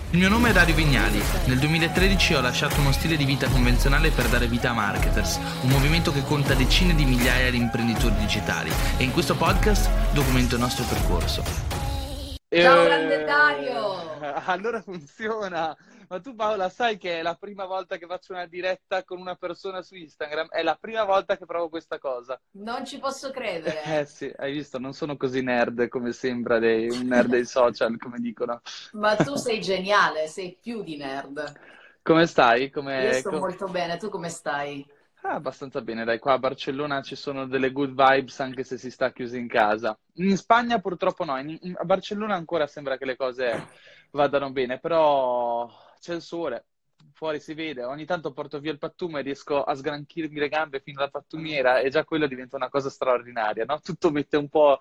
Il mio nome è Dario Vignali. Nel 2013 ho lasciato uno stile di vita convenzionale per dare vita a Marketers, un movimento che conta decine di migliaia di imprenditori digitali, e in questo podcast documento il nostro percorso. Ciao grande Dario! Allora funziona. Ma tu Paola sai che è la prima volta che faccio una diretta con una persona su Instagram? È la prima volta che provo questa cosa. Non ci posso credere. Sì, hai visto, non sono così nerd come sembra un nerd dei social, come dicono. Ma tu sei geniale, sei più di nerd. Come stai? Io sto molto bene, tu come stai? Abbastanza bene, dai, qua a Barcellona ci sono delle good vibes anche se si sta chiusi in casa. In Spagna purtroppo no, a Barcellona ancora sembra che le cose vadano bene, però c'è il sole, fuori si vede, ogni tanto porto via il pattume e riesco a sgranchirmi le gambe fino alla pattumiera e già quello diventa una cosa straordinaria, no? Tutto mette un po'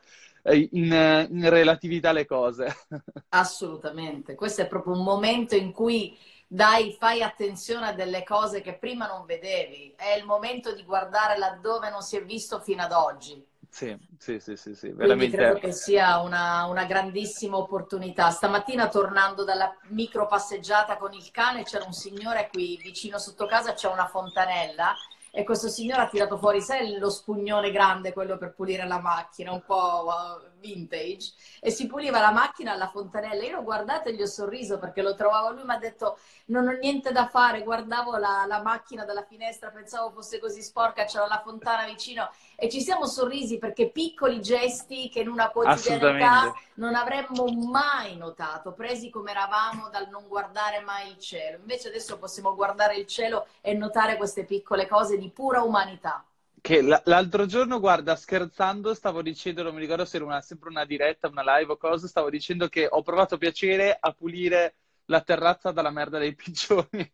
in relatività le cose. Assolutamente, questo è proprio un momento in cui fai attenzione a delle cose che prima non vedevi. È il momento di guardare laddove non si è visto fino ad oggi. Sì, sì, sì, sì, sì, Quindi credo veramente. che sia una grandissima opportunità. Stamattina tornando dalla micro passeggiata con il cane c'era un signore qui vicino sotto casa, c'è una fontanella e questo signore ha tirato fuori, sai, lo spugnone grande, quello per pulire la macchina, un po' vintage, e si puliva la macchina alla fontanella. Io l'ho guardato e gli ho sorriso perché lo trovavo, lui mi ha detto non ho niente da fare, guardavo la macchina dalla finestra, pensavo fosse così sporca, c'era la fontana vicino e ci siamo sorrisi perché piccoli gesti che in una quotidianità Assolutamente. non avremmo mai notato, presi come eravamo dal non guardare mai il cielo. Invece adesso possiamo guardare il cielo e notare queste piccole cose di pura umanità. Che l'altro giorno, guarda, scherzando, stavo dicendo, non mi ricordo se era sempre una diretta, una live o cosa, stavo dicendo che ho provato piacere a pulire la terrazza dalla merda dei piccioni.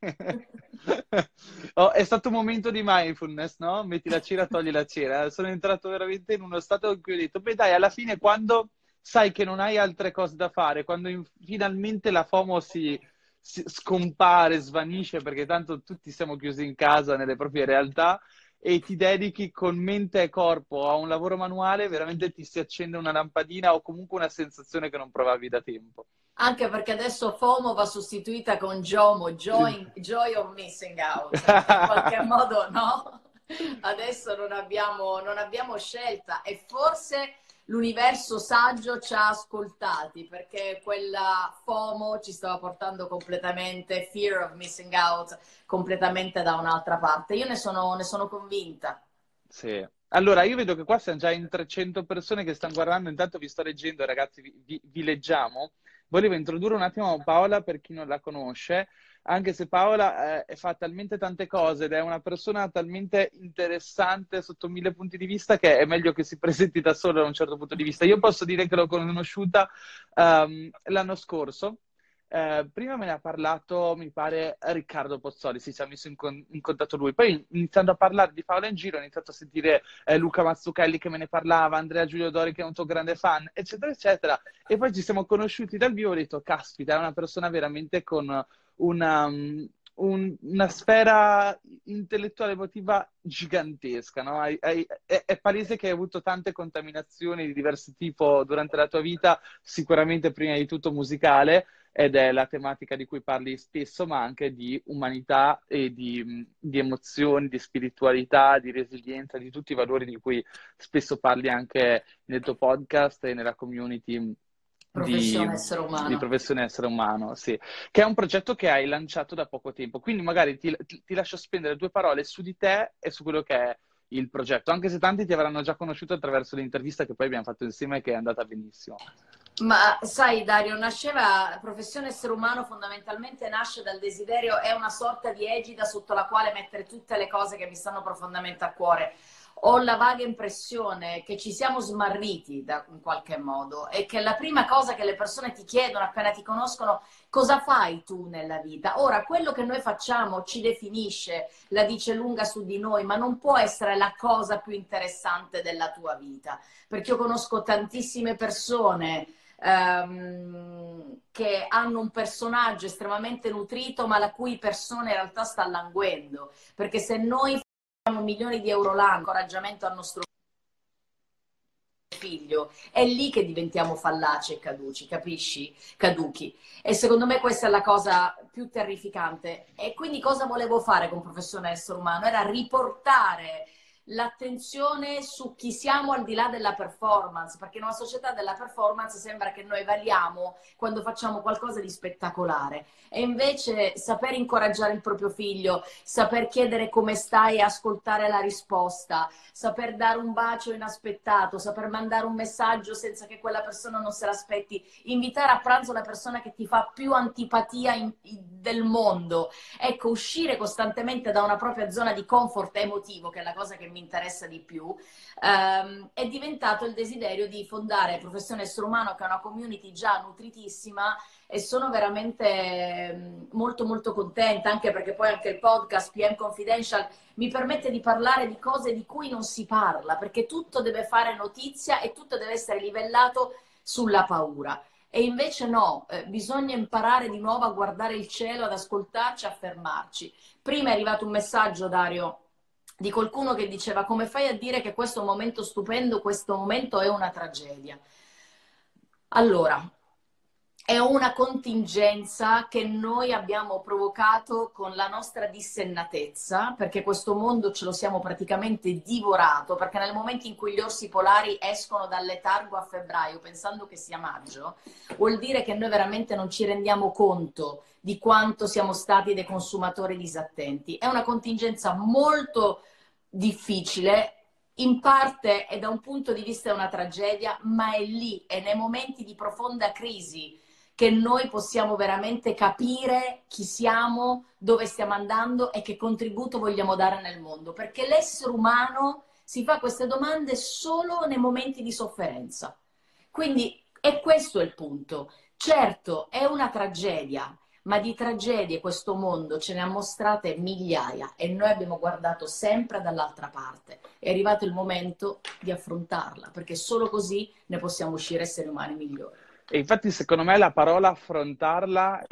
È stato un momento di mindfulness, no? Metti la cera, togli la cera. Sono entrato veramente in uno stato in cui ho detto, beh dai, alla fine quando sai che non hai altre cose da fare, quando finalmente la FOMO si scompare, svanisce, perché tanto tutti siamo chiusi in casa nelle proprie realtà, e ti dedichi con mente e corpo a un lavoro manuale, veramente ti si accende una lampadina o comunque una sensazione che non provavi da tempo. Anche perché adesso FOMO va sostituita con JOMO, Joy of Missing Out. In qualche modo no, adesso non abbiamo scelta e forse l'universo saggio ci ha ascoltati perché quella FOMO ci stava portando completamente, Fear of Missing Out, completamente da un'altra parte. Io ne sono convinta. Sì. Allora, io vedo che qua siamo già in 300 persone che stanno guardando, intanto vi sto leggendo, ragazzi, vi leggiamo. Volevo introdurre un attimo Paola per chi non la conosce, anche se Paola fa talmente tante cose ed è una persona talmente interessante sotto mille punti di vista che è meglio che si presenti da sola da un certo punto di vista. Io posso dire che l'ho conosciuta l'anno scorso. Prima me ne ha parlato, mi pare, Riccardo Pozzoli, sì, ci ha messo in contatto lui. Poi iniziando a parlare di Paola in giro, ho iniziato a sentire Luca Mazzucchelli che me ne parlava, Andrea Giulio Dori che è un tuo grande fan, eccetera, eccetera. E poi ci siamo conosciuti dal vivo e ho detto, caspita, è una persona veramente con una, una sfera intellettuale emotiva gigantesca, no? È palese che hai avuto tante contaminazioni di diverso tipo durante la tua vita, sicuramente prima di tutto musicale, ed è la tematica di cui parli spesso, ma anche di umanità e di emozioni, di spiritualità, di resilienza, di tutti i valori di cui spesso parli anche nel tuo podcast e nella community Professione essere di umano. professione essere umano, sì, che è un progetto che hai lanciato da poco tempo. Quindi magari ti lascio spendere due parole su di te e su quello che è il progetto, anche se tanti ti avranno già conosciuto attraverso l'intervista che poi abbiamo fatto insieme e che è andata benissimo. Ma sai, Dario, nasceva, professione essere umano fondamentalmente nasce dal desiderio, è una sorta di egida sotto la quale mettere tutte le cose che mi stanno profondamente a cuore. Ho la vaga impressione che ci siamo smarriti in qualche modo e che la prima cosa che le persone ti chiedono appena ti conoscono, cosa fai tu nella vita? Ora, quello che noi facciamo ci definisce, la dice lunga su di noi, ma non può essere la cosa più interessante della tua vita, perché io conosco tantissime persone che hanno un personaggio estremamente nutrito, ma la cui persona in realtà sta languendo. Perché se noi facciamo milioni di euro l'anno, incoraggiamento al nostro figlio, è lì che diventiamo fallaci e caduci, capisci? Caduchi. E secondo me questa è la cosa più terrificante. E quindi cosa volevo fare con Professione Essere Umano? Era riportare l'attenzione su chi siamo al di là della performance, perché in una società della performance sembra che noi valiamo quando facciamo qualcosa di spettacolare, e invece saper incoraggiare il proprio figlio, saper chiedere come stai e ascoltare la risposta, saper dare un bacio inaspettato, saper mandare un messaggio senza che quella persona non se l'aspetti, invitare a pranzo la persona che ti fa più antipatia del mondo, ecco, uscire costantemente da una propria zona di comfort emotivo, che è la cosa che mi interessa di più, è diventato il desiderio di fondare Professione Essere Umano, che è una community già nutritissima, e sono veramente molto molto contenta, anche perché poi anche il podcast PM Confidential mi permette di parlare di cose di cui non si parla, perché tutto deve fare notizia e tutto deve essere livellato sulla paura. E invece no, bisogna imparare di nuovo a guardare il cielo, ad ascoltarci, a fermarci. Prima è arrivato un messaggio, Dario, di qualcuno che diceva: come fai a dire che questo è un momento stupendo, questo momento è una tragedia? Allora, è una contingenza che noi abbiamo provocato con la nostra dissennatezza, perché questo mondo ce lo siamo praticamente divorato, perché nel momento in cui gli orsi polari escono dal letargo a febbraio pensando che sia maggio, vuol dire che noi veramente non ci rendiamo conto di quanto siamo stati dei consumatori disattenti. È una contingenza molto difficile, in parte è da un punto di vista una tragedia, ma è lì, è nei momenti di profonda crisi che noi possiamo veramente capire chi siamo, dove stiamo andando e che contributo vogliamo dare nel mondo, perché l'essere umano si fa queste domande solo nei momenti di sofferenza. Quindi è questo il punto. Certo, è una tragedia, ma di tragedie questo mondo ce ne ha mostrate migliaia e noi abbiamo guardato sempre dall'altra parte. È arrivato il momento di affrontarla, perché solo così ne possiamo uscire esseri umani migliori. E infatti secondo me la parola affrontarla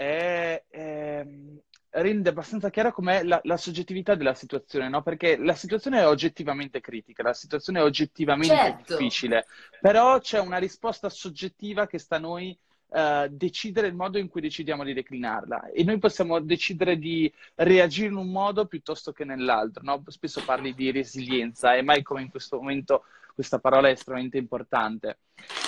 rende abbastanza chiara com'è la soggettività della situazione, no? Perché la situazione è oggettivamente critica, la situazione è oggettivamente difficile, però c'è una risposta soggettiva che sta a noi decidere il modo in cui decidiamo di declinarla, e noi possiamo decidere di reagire in un modo piuttosto che nell'altro, no? Spesso parli di resilienza e mai come in questo momento questa parola è estremamente importante.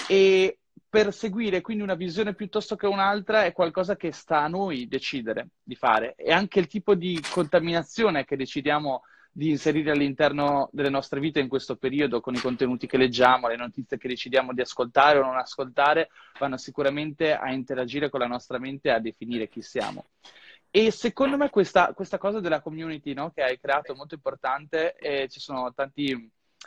E perseguire quindi una visione piuttosto che un'altra è qualcosa che sta a noi decidere di fare, e anche il tipo di contaminazione che decidiamo di inserire all'interno delle nostre vite in questo periodo, con i contenuti che leggiamo, le notizie che decidiamo di ascoltare o non ascoltare, vanno sicuramente a interagire con la nostra mente e a definire chi siamo. E secondo me questa cosa della community, no, che hai creato è molto importante, e ci sono tanti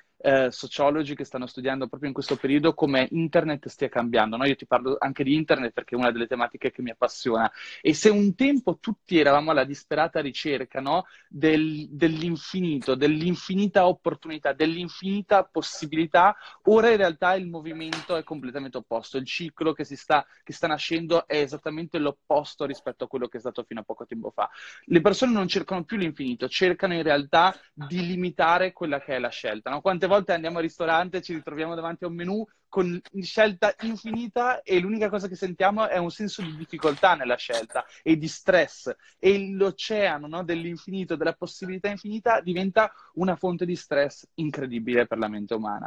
sociologi che stanno studiando proprio in questo periodo come internet stia cambiando, no? Io ti parlo anche di internet perché è una delle tematiche che mi appassiona, e se un tempo tutti eravamo alla disperata ricerca, no? Dell'infinito, dell'infinita opportunità, dell'infinita possibilità, ora in realtà il movimento è completamente opposto, il ciclo che sta nascendo è esattamente l'opposto rispetto a quello che è stato fino a poco tempo fa. Le persone non cercano più l'infinito, cercano in realtà di limitare quella che è la scelta, no? Quante volte andiamo al ristorante e ci ritroviamo davanti a un menù con scelta infinita e l'unica cosa che sentiamo è un senso di difficoltà nella scelta e di stress, e l'oceano, no, dell'infinito, della possibilità infinita diventa una fonte di stress incredibile per la mente umana.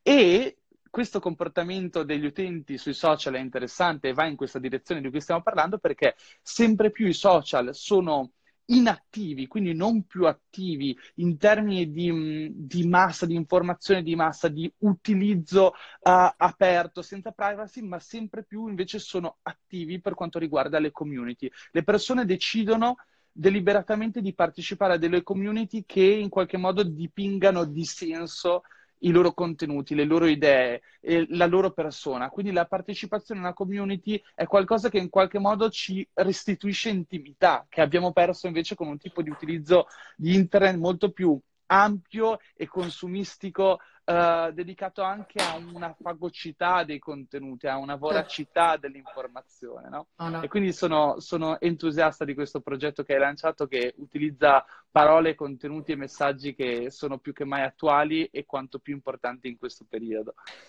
E questo comportamento degli utenti sui social è interessante e va in questa direzione di cui stiamo parlando, perché sempre più i social sono inattivi, quindi non più attivi in termini di massa, di informazione di massa, di utilizzo aperto, senza privacy, ma sempre più invece sono attivi per quanto riguarda le community. Le persone decidono deliberatamente di partecipare a delle community che in qualche modo dipingano di senso i loro contenuti, le loro idee, la loro persona. Quindi la partecipazione a una community è qualcosa che in qualche modo ci restituisce intimità, che abbiamo perso invece con un tipo di utilizzo di internet molto più ampio e consumistico, dedicato anche a una fagocità dei contenuti, a una voracità dell'informazione, no? Oh, no. E quindi sono entusiasta di questo progetto che hai lanciato, che utilizza parole, contenuti e messaggi che sono più che mai attuali e quanto più importanti in questo periodo.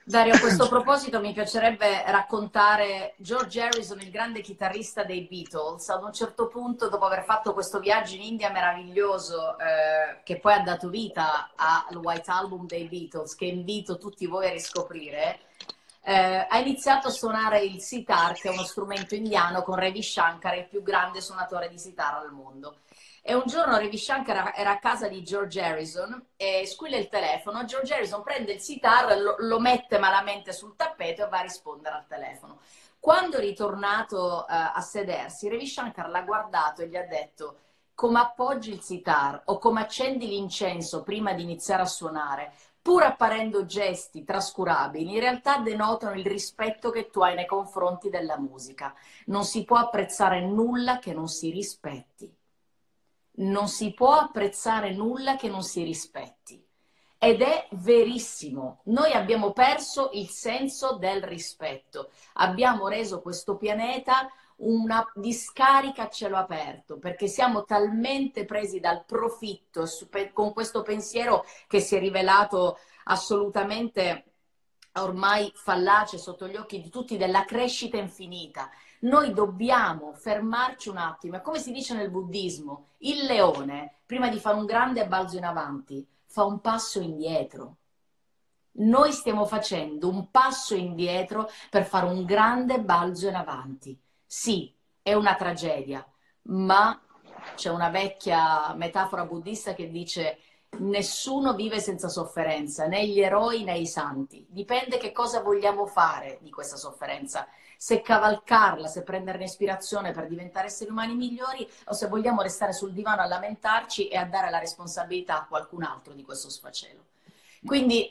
Dario, a questo proposito mi piacerebbe raccontare George Harrison, il grande chitarrista dei Beatles. Ad un certo punto, dopo aver fatto questo viaggio in India meraviglioso, che poi ha dato vita al White Album dei Beatles, che invito tutti voi a riscoprire, ha iniziato a suonare il sitar, che è uno strumento indiano, con Ravi Shankar, il più grande suonatore di sitar al mondo. E un giorno Ravi Shankar era a casa di George Harrison e squilla il telefono. George Harrison prende il sitar, lo mette malamente sul tappeto e va a rispondere al telefono. Quando è ritornato a sedersi, Ravi Shankar l'ha guardato e gli ha detto: come appoggi il sitar o come accendi l'incenso prima di iniziare a suonare, pur apparendo gesti trascurabili, in realtà denotano il rispetto che tu hai nei confronti della musica. Non si può apprezzare nulla che non si rispetti. Non si può apprezzare nulla che non si rispetti. Ed è verissimo. Noi abbiamo perso il senso del rispetto. Abbiamo reso questo pianeta una discarica a cielo aperto, perché siamo talmente presi dal profitto, con questo pensiero che si è rivelato assolutamente ormai fallace sotto gli occhi di tutti, della crescita infinita. Noi dobbiamo fermarci un attimo. È come si dice nel buddismo: il leone, prima di fare un grande balzo in avanti, fa un passo indietro. Noi stiamo facendo un passo indietro per fare un grande balzo in avanti. Sì, è una tragedia, ma c'è una vecchia metafora buddista che dice: nessuno vive senza sofferenza, né gli eroi né i santi. Dipende che cosa vogliamo fare di questa sofferenza. Se cavalcarla, se prenderne ispirazione per diventare esseri umani migliori, o se vogliamo restare sul divano a lamentarci e a dare la responsabilità a qualcun altro di questo sfacelo. Quindi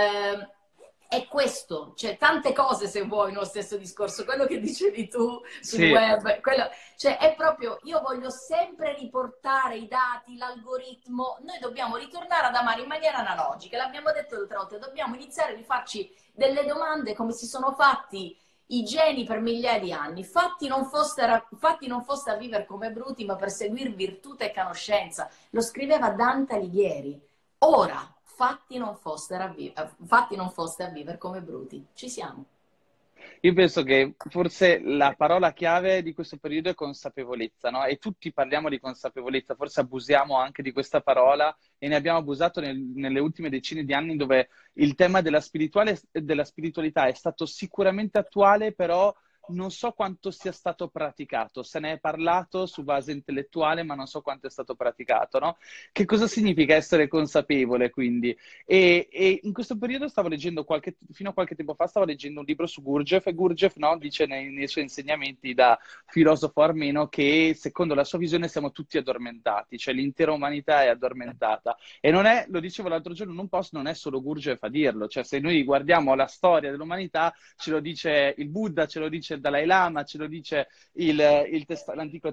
è questo, cioè tante cose, se vuoi, nello stesso discorso, quello che dicevi tu sul Sì. web, cioè è proprio, io voglio sempre riportare i dati, l'algoritmo, noi dobbiamo ritornare ad amare in maniera analogica, l'abbiamo detto altre volte, dobbiamo iniziare a rifarci delle domande come si sono fatti i geni per migliaia di anni. Fatti non foste a vivere come bruti, ma per seguir virtù e conoscenza. Lo scriveva Dante Alighieri. Ora, fatti non foste a vivere come bruti. Ci siamo. Io penso che forse la parola chiave di questo periodo è consapevolezza, no? E tutti parliamo di consapevolezza, forse abusiamo anche di questa parola e ne abbiamo abusato nelle ultime decine di anni, dove il tema della spiritualità è stato sicuramente attuale, però non so quanto sia stato praticato. Se ne è parlato su base intellettuale, ma non so quanto è stato praticato, no? Che cosa significa essere consapevole, quindi? E in questo periodo stavo leggendo, fino a qualche tempo fa, stavo leggendo un libro su Gurdjieff, e Gurdjieff, no, dice nei suoi insegnamenti da filosofo armeno che secondo la sua visione siamo tutti addormentati, cioè l'intera umanità è addormentata. E non è, lo dicevo l'altro giorno in un post, non è solo Gurdjieff a dirlo, cioè se noi guardiamo la storia dell'umanità, ce lo dice il Buddha, ce lo dice il Dalai Lama, ce lo dice l'Antico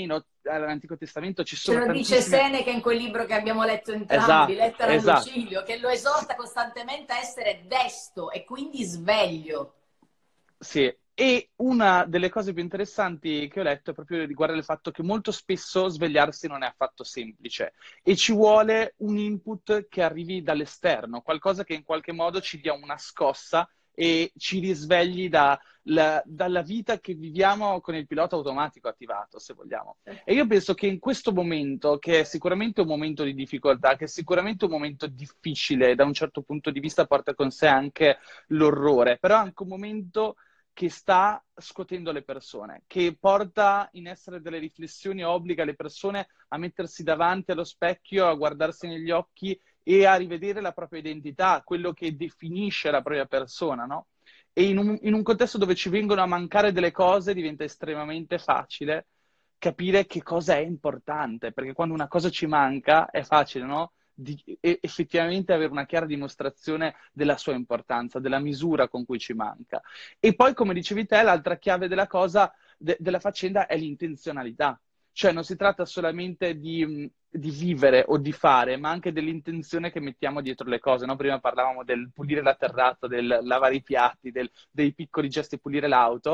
Testamento, ci Ce sono lo dice tantissime... Seneca in quel libro che abbiamo letto entrambi, Esatto, Lettera a esatto. Lucilio, che lo esorta costantemente a essere desto e quindi sveglio. Sì, e una delle cose più interessanti che ho letto è proprio riguardo il fatto che molto spesso svegliarsi non è affatto semplice e ci vuole un input che arrivi dall'esterno, qualcosa che in qualche modo ci dia una scossa e ci risvegli dalla vita che viviamo con il pilota automatico attivato, se vogliamo. E io penso che in questo momento, che è sicuramente un momento di difficoltà, che è sicuramente un momento difficile, da un certo punto di vista porta con sé anche l'orrore, però è anche un momento che sta scuotendo le persone, che porta in essere delle riflessioni, obbliga le persone a mettersi davanti allo specchio, a guardarsi negli occhi e a rivedere la propria identità, quello che definisce la propria persona, no? E in un contesto dove ci vengono a mancare delle cose diventa estremamente facile capire che cosa è importante, perché quando una cosa ci manca è facile, no? Effettivamente avere una chiara dimostrazione della sua importanza, della misura con cui ci manca. E poi, come dicevi te, l'altra chiave della cosa, della faccenda è l'intenzionalità. Cioè non si tratta solamente di vivere o di fare, ma anche dell'intenzione che mettiamo dietro le cose, no? Prima parlavamo del pulire la terrazza, del lavare i piatti, dei piccoli gesti, pulire l'auto,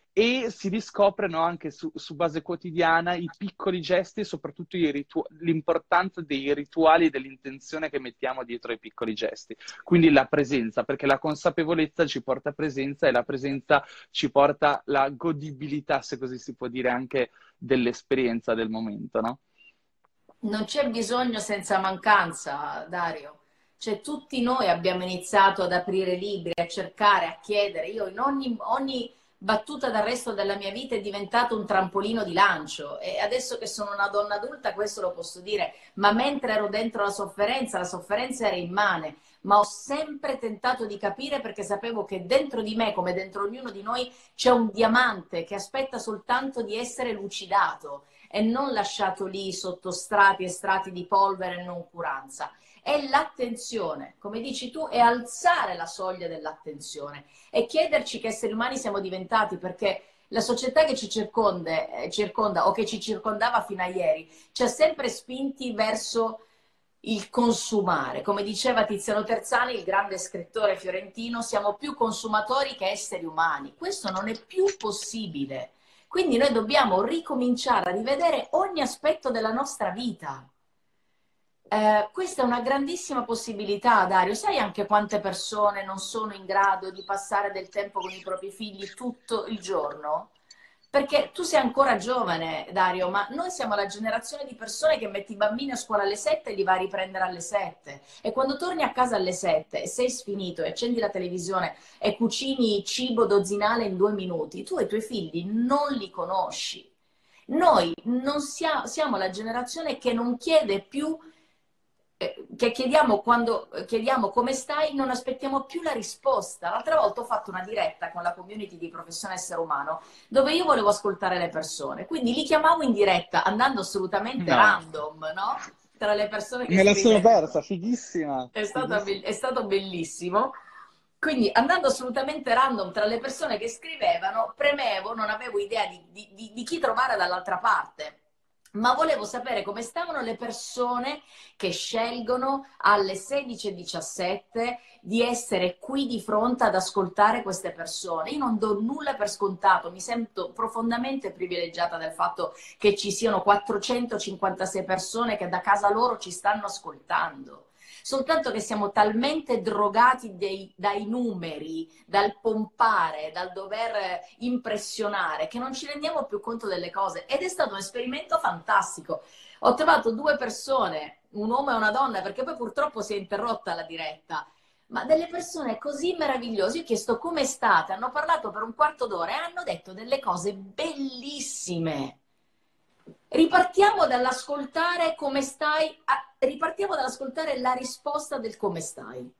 e si riscoprono anche su base quotidiana i piccoli gesti e soprattutto l'importanza dei rituali e dell'intenzione che mettiamo dietro ai piccoli gesti. Quindi la presenza, perché la consapevolezza ci porta presenza e la presenza ci porta la godibilità, se così si può dire, anche dell'esperienza del momento, no? Non c'è bisogno senza mancanza, Dario. Cioè, tutti noi abbiamo iniziato ad aprire libri, a cercare, a chiedere. Io in ogni battuta d'arresto della mia vita è diventato un trampolino di lancio, e adesso che sono una donna adulta questo lo posso dire, ma mentre ero dentro la sofferenza era immane, ma ho sempre tentato di capire, perché sapevo che dentro di me, come dentro ognuno di noi, c'è un diamante che aspetta soltanto di essere lucidato e non lasciato lì sotto strati e strati di polvere e noncuranza. È l'attenzione, come dici tu, è alzare la soglia dell'attenzione e chiederci che esseri umani siamo diventati, perché la società che ci circonda o che ci circondava fino a ieri ci ha sempre spinti verso il consumare. Come diceva Tiziano Terzani, il grande scrittore fiorentino, siamo più consumatori che esseri umani. Questo non è più possibile. Quindi noi dobbiamo ricominciare a rivedere ogni aspetto della nostra vita. Questa è una grandissima possibilità, Dario. Sai anche quante persone non sono in grado di passare del tempo con i propri figli tutto il giorno? Perché tu sei ancora giovane, Dario, ma noi siamo la generazione di persone che mette i bambini a scuola alle 7 e li va a riprendere alle 7. E quando torni a casa alle 7 e sei sfinito e accendi la televisione e cucini cibo dozzinale in 2 minuti, tu e i tuoi figli non li conosci. Noi non siamo la generazione che non chiede più, che chiediamo, quando chiediamo come stai, non aspettiamo più la risposta. L'altra volta ho fatto una diretta con la community di Professione Essere Umano, dove io volevo ascoltare le persone, quindi li chiamavo in diretta, andando assolutamente random, no? Tra le persone che me la sono scrivevano. persa, fighissima. È stato bellissimo. Quindi andando assolutamente random tra le persone che scrivevano, premevo, non avevo idea di chi trovare dall'altra parte. Ma volevo sapere come stavano le persone che scelgono alle 16:17 di essere qui di fronte ad ascoltare queste persone. Io non do nulla per scontato, mi sento profondamente privilegiata del fatto che ci siano 456 persone che da casa loro ci stanno ascoltando. Soltanto che siamo talmente drogati dai numeri, dal pompare, dal dover impressionare, che non ci rendiamo più conto delle cose. Ed è stato un esperimento fantastico. Ho trovato 2 persone, un uomo e una donna, perché poi purtroppo si è interrotta la diretta, ma delle persone così meravigliose. Io ho chiesto come state, hanno parlato per un quarto d'ora e hanno detto delle cose bellissime. Ripartiamo dall'ascoltare come stai, ripartiamo dall'ascoltare la risposta del come stai.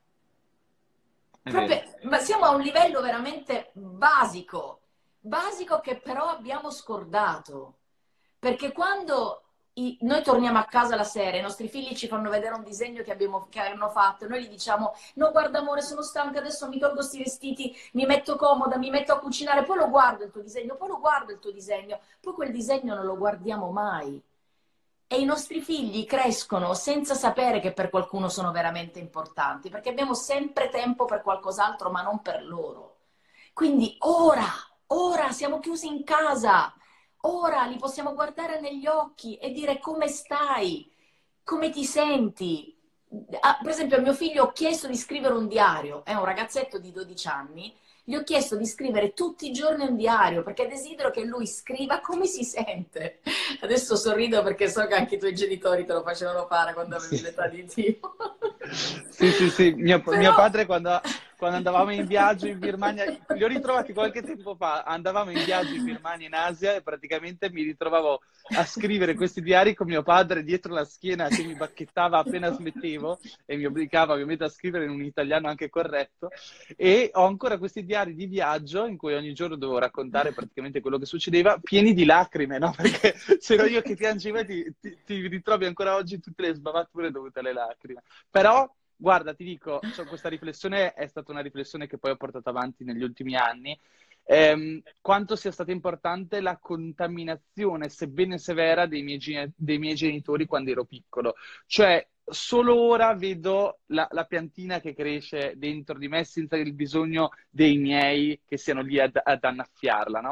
Ma siamo a un livello veramente basico che però abbiamo scordato. Perché quando noi torniamo a casa la sera, i nostri figli ci fanno vedere un disegno che hanno fatto, e noi gli diciamo: no, guarda amore, sono stanca, adesso mi tolgo questi vestiti, mi metto comoda, mi metto a cucinare, poi lo guardo il tuo disegno, poi lo guardo il tuo disegno, poi quel disegno non lo guardiamo mai. E i nostri figli crescono senza sapere che per qualcuno sono veramente importanti, perché abbiamo sempre tempo per qualcos'altro, ma non per loro. Quindi ora siamo chiusi in casa. Ora li possiamo guardare negli occhi e dire come stai, come ti senti. Per esempio a mio figlio ho chiesto di scrivere un diario, è un ragazzetto di 12 anni, gli ho chiesto di scrivere tutti i giorni un diario, perché desidero che lui scriva come si sente. Adesso sorrido perché so che anche i tuoi genitori te lo facevano fare quando avevi l'età di Dio. Sì. Mio padre quando andavamo in viaggio in Birmania, li ho ritrovati qualche tempo fa, andavamo in viaggio in Birmania, in Asia, e praticamente mi ritrovavo a scrivere questi diari con mio padre dietro la schiena che mi bacchettava appena smettevo e mi obbligava ovviamente a scrivere in un italiano anche corretto, e ho ancora questi diari di viaggio in cui ogni giorno dovevo raccontare praticamente quello che succedeva, pieni di lacrime, no? Perché c'ero io che piangeva e ti ritrovi ancora oggi tutte le sbavature dovute alle lacrime. Però guarda, ti dico, cioè, questa riflessione è stata una riflessione che poi ho portato avanti negli ultimi anni, quanto sia stata importante la contaminazione, sebbene severa, dei miei genitori quando ero piccolo. Cioè, solo ora vedo la piantina che cresce dentro di me senza il bisogno dei miei che siano lì ad annaffiarla, no?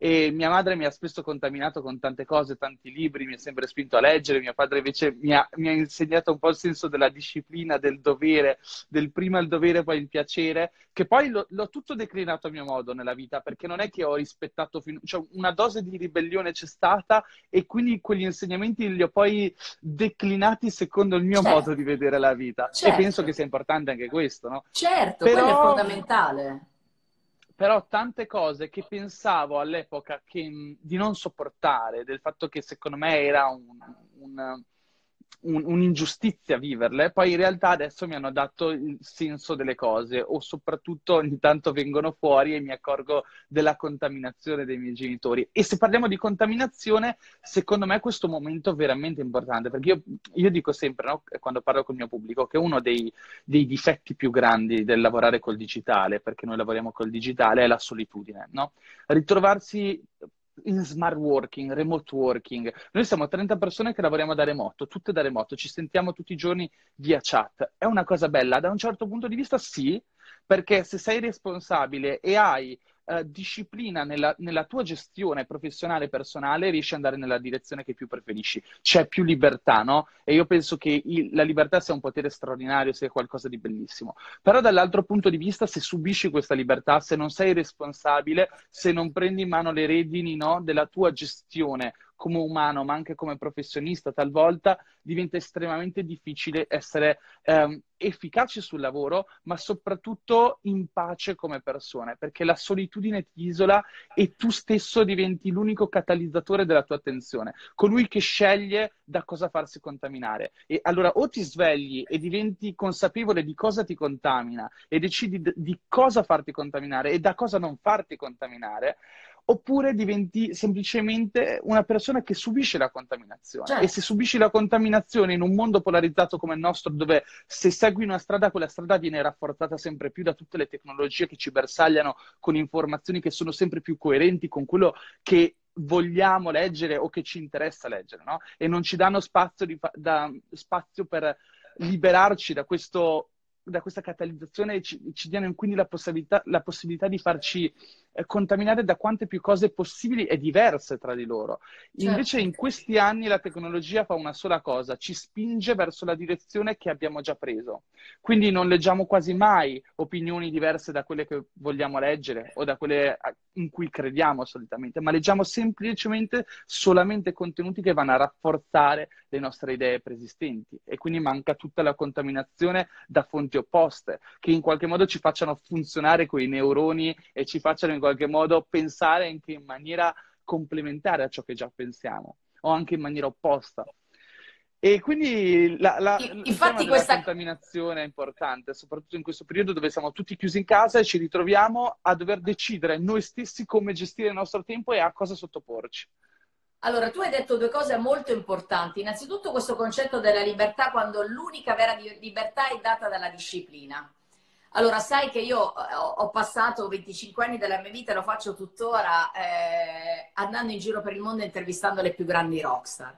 e mia madre mi ha spesso contaminato con tante cose, tanti libri, mi ha sempre spinto a leggere, mio padre invece mi ha insegnato un po' il senso della disciplina, del dovere, del prima il dovere, poi il piacere, che poi l'ho tutto declinato a mio modo nella vita, perché non è che ho rispettato, cioè una dose di ribellione c'è stata e quindi quegli insegnamenti li ho poi declinati secondo il mio modo di Certo, vedere la vita. E penso che certo, sia importante anche questo, no? certo, quello è Però fondamentale. però tante cose che pensavo all'epoca di non sopportare, del fatto che secondo me era un'ingiustizia viverle, poi in realtà adesso mi hanno dato il senso delle cose, o soprattutto ogni tanto vengono fuori e mi accorgo della contaminazione dei miei genitori. E se parliamo di contaminazione, secondo me questo momento è veramente importante, perché io dico sempre, no, quando parlo col mio pubblico, che uno dei difetti più grandi del lavorare col digitale, perché noi lavoriamo col digitale, è la solitudine, no? Ritrovarsi in smart working, remote working. Noi siamo 30 persone che lavoriamo da remoto, tutte da remoto, ci sentiamo tutti i giorni via chat. È una cosa bella, da un certo punto di vista sì, perché se sei responsabile e hai disciplina nella tua gestione professionale e personale, riesci ad andare nella direzione che più preferisci. C'è più libertà, no? E io penso che la libertà sia un potere straordinario, sia qualcosa di bellissimo. Però dall'altro punto di vista, se subisci questa libertà, se non sei responsabile, se non prendi in mano le redini, no, della tua gestione come umano, ma anche come professionista, talvolta diventa estremamente difficile essere efficaci sul lavoro, ma soprattutto in pace come persone, perché la solitudine ti isola e tu stesso diventi l'unico catalizzatore della tua attenzione, colui che sceglie da cosa farsi contaminare. E allora o ti svegli e diventi consapevole di cosa ti contamina e decidi di cosa farti contaminare e da cosa non farti contaminare, oppure diventi semplicemente una persona che subisce la contaminazione. E se Certo. subisci la contaminazione in un mondo polarizzato come il nostro, dove se segui una strada, quella strada viene rafforzata sempre più da tutte le tecnologie che ci bersagliano con informazioni che sono sempre più coerenti con quello che vogliamo leggere o che ci interessa leggere, no? E non ci danno spazio per liberarci da questa catalizzazione e ci diano quindi la possibilità di farci contaminare da quante più cose possibili e diverse tra di loro. Invece Certo. in questi anni la tecnologia fa una sola cosa, ci spinge verso la direzione che abbiamo già preso. Quindi non leggiamo quasi mai opinioni diverse da quelle che vogliamo leggere o da quelle in cui crediamo solitamente, ma leggiamo semplicemente solamente contenuti che vanno a rafforzare le nostre idee preesistenti e quindi manca tutta la contaminazione da fonti opposte, che in qualche modo ci facciano funzionare quei neuroni e ci facciano in qualche modo pensare anche in maniera complementare a ciò che già pensiamo, o anche in maniera opposta. E quindi il tema Infatti della questa, contaminazione è importante, soprattutto in questo periodo dove siamo tutti chiusi in casa e ci ritroviamo a dover decidere noi stessi come gestire il nostro tempo e a cosa sottoporci. allora, tu hai detto due cose molto importanti. Innanzitutto questo concetto della libertà, quando l'unica vera libertà è data dalla disciplina. Allora, sai che io ho passato 25 anni della mia vita, e lo faccio tuttora, andando in giro per il mondo e intervistando le più grandi rockstar.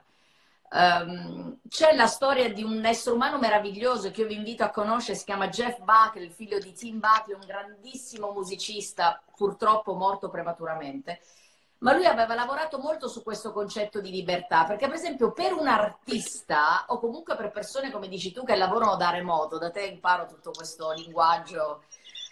C'è la storia di un essere umano meraviglioso che io vi invito a conoscere, si chiama Jeff Buckley, il figlio di Tim Buckley, un grandissimo musicista, purtroppo morto prematuramente. Ma lui aveva lavorato molto su questo concetto di libertà, perché per esempio per un artista o comunque per persone come dici tu che lavorano da remoto, da te imparo tutto questo linguaggio,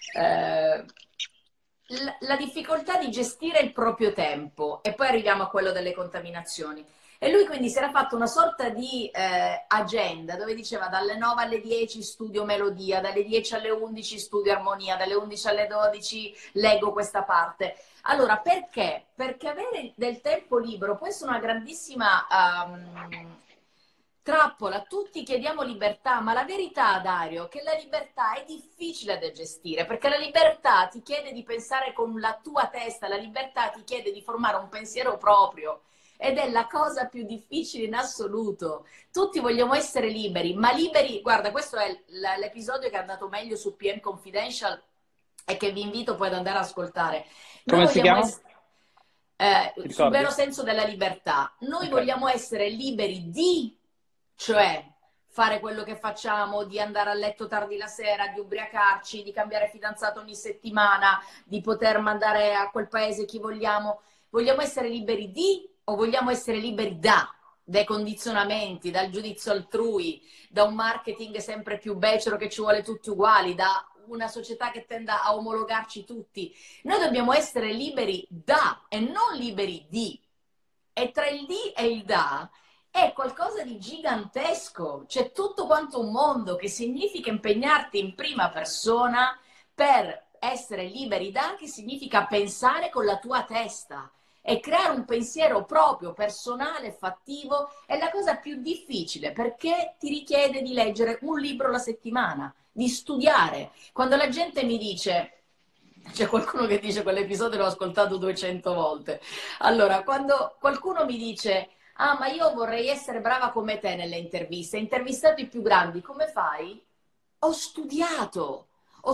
la difficoltà di gestire il proprio tempo, e poi arriviamo a quello delle contaminazioni. E lui quindi si era fatto una sorta di agenda dove diceva dalle 9 alle 10 studio melodia, dalle 10 alle 11 studio armonia, dalle 11 alle 12 leggo questa parte. Allora, perché? Perché avere del tempo libero può essere una grandissima trappola. Tutti chiediamo libertà, ma la verità, Dario, è che la libertà è difficile da gestire, perché la libertà ti chiede di pensare con la tua testa, la libertà ti chiede di formare un pensiero proprio. Ed è la cosa più difficile in assoluto. Tutti vogliamo essere liberi, ma liberi, guarda, questo è l'episodio che è andato meglio su PM Confidential e che vi invito poi ad andare ad ascoltare. Noi Come si vogliamo chiama? sul vero senso della libertà. Noi vogliamo essere liberi di, cioè fare quello che facciamo, di andare a letto tardi la sera, di ubriacarci, di cambiare fidanzato ogni settimana, di poter mandare a quel paese chi vogliamo. Vogliamo essere liberi di o vogliamo essere liberi dai condizionamenti, dal giudizio altrui, da un marketing sempre più becero che ci vuole tutti uguali, da una società che tenda a omologarci tutti? Noi dobbiamo essere liberi da e non liberi di. E tra il di e il da è qualcosa di gigantesco. C'è tutto quanto un mondo che significa impegnarti in prima persona per essere liberi da, che significa pensare con la tua testa. E creare un pensiero proprio, personale, fattivo, è la cosa più difficile, perché ti richiede di leggere un libro alla settimana, di studiare. Quando la gente mi dice, c'è qualcuno che dice quell'episodio l'ho ascoltato 200 volte. Allora, quando qualcuno mi dice, ah, ma io vorrei essere brava come te nelle interviste, hai intervistato i più grandi, come fai? Ho studiato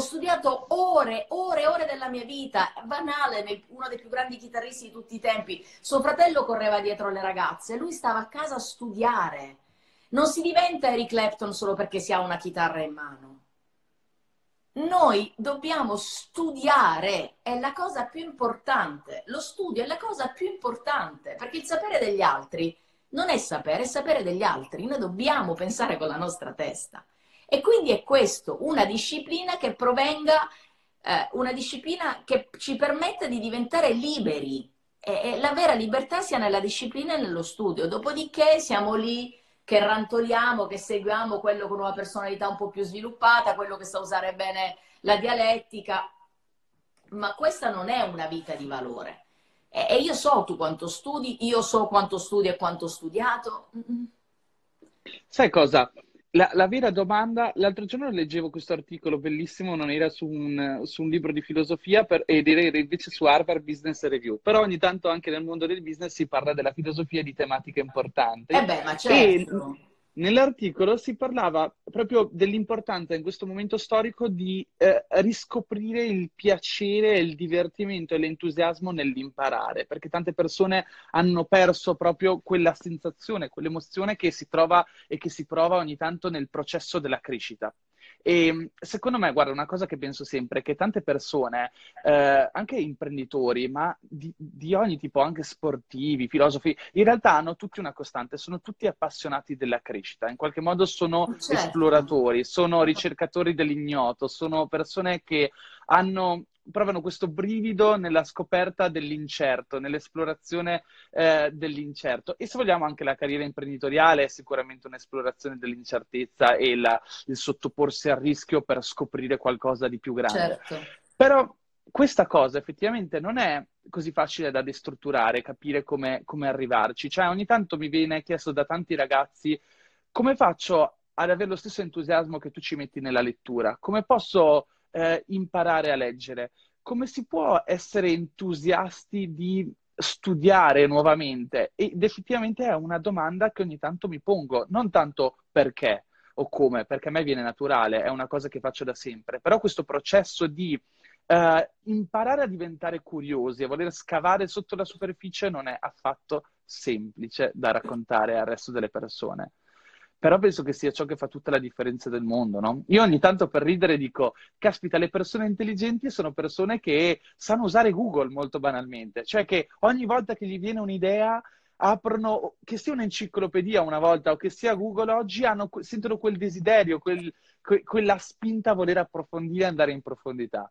ore, ore, ore della mia vita. Van Halen, uno dei più grandi chitarristi di tutti i tempi, suo fratello correva dietro le ragazze, lui stava a casa a studiare. Non si diventa Eric Clapton solo perché si ha una chitarra in mano. Noi dobbiamo studiare, è la cosa più importante. Lo studio è la cosa più importante, perché il sapere degli altri non è sapere degli altri. Noi dobbiamo pensare con la nostra testa. E quindi è questo, una disciplina che provenga, una disciplina che ci permetta di diventare liberi. E la vera libertà sia nella disciplina e nello studio. Dopodiché siamo lì che rantoliamo, che seguiamo quello con una personalità un po' più sviluppata, quello che sa usare bene la dialettica. Ma questa non è una vita di valore. E io so tu quanto studi, io so quanto studi e quanto ho studiato. Sai cosa? La vera domanda, l'altro giorno leggevo questo articolo bellissimo, non era su un libro di filosofia ed era invece su Harvard Business Review, però ogni tanto anche nel mondo del business si parla della filosofia e di tematiche importanti. Eh beh, ma E certo. nell'articolo si parlava proprio dell'importanza in questo momento storico di riscoprire il piacere, il divertimento e l'entusiasmo nell'imparare, perché tante persone hanno perso proprio quella sensazione, quell'emozione che si trova e che si prova ogni tanto nel processo della crescita. E secondo me, guarda, una cosa che penso sempre è che tante persone, anche imprenditori, ma di ogni tipo, anche sportivi, filosofi, in realtà hanno tutti una costante, sono tutti appassionati della crescita, in qualche modo sono Certo. esploratori, sono ricercatori dell'ignoto, sono persone che provano questo brivido nella scoperta dell'incerto, nell'esplorazione dell'incerto. E se vogliamo anche la carriera imprenditoriale è sicuramente un'esplorazione dell'incertezza e il sottoporsi al rischio per scoprire qualcosa di più grande. Certo. Però questa cosa effettivamente non è così facile da destrutturare, capire come arrivarci. Cioè ogni tanto mi viene chiesto da tanti ragazzi come faccio ad avere lo stesso entusiasmo che tu ci metti nella lettura? Come posso imparare a leggere? Come si può essere entusiasti di studiare nuovamente? Ed effettivamente è una domanda che ogni tanto mi pongo, non tanto perché o come, perché a me viene naturale, è una cosa che faccio da sempre, però questo processo di imparare a diventare curiosi, a voler scavare sotto la superficie non è affatto semplice da raccontare al resto delle persone. Però penso che sia ciò che fa tutta la differenza del mondo, no? Io ogni tanto per ridere dico, caspita, le persone intelligenti sono persone che sanno usare Google molto banalmente, cioè che ogni volta che gli viene un'idea aprono, che sia un'enciclopedia una volta o che sia Google oggi, sentono quel desiderio, quella spinta a voler approfondire e andare in profondità.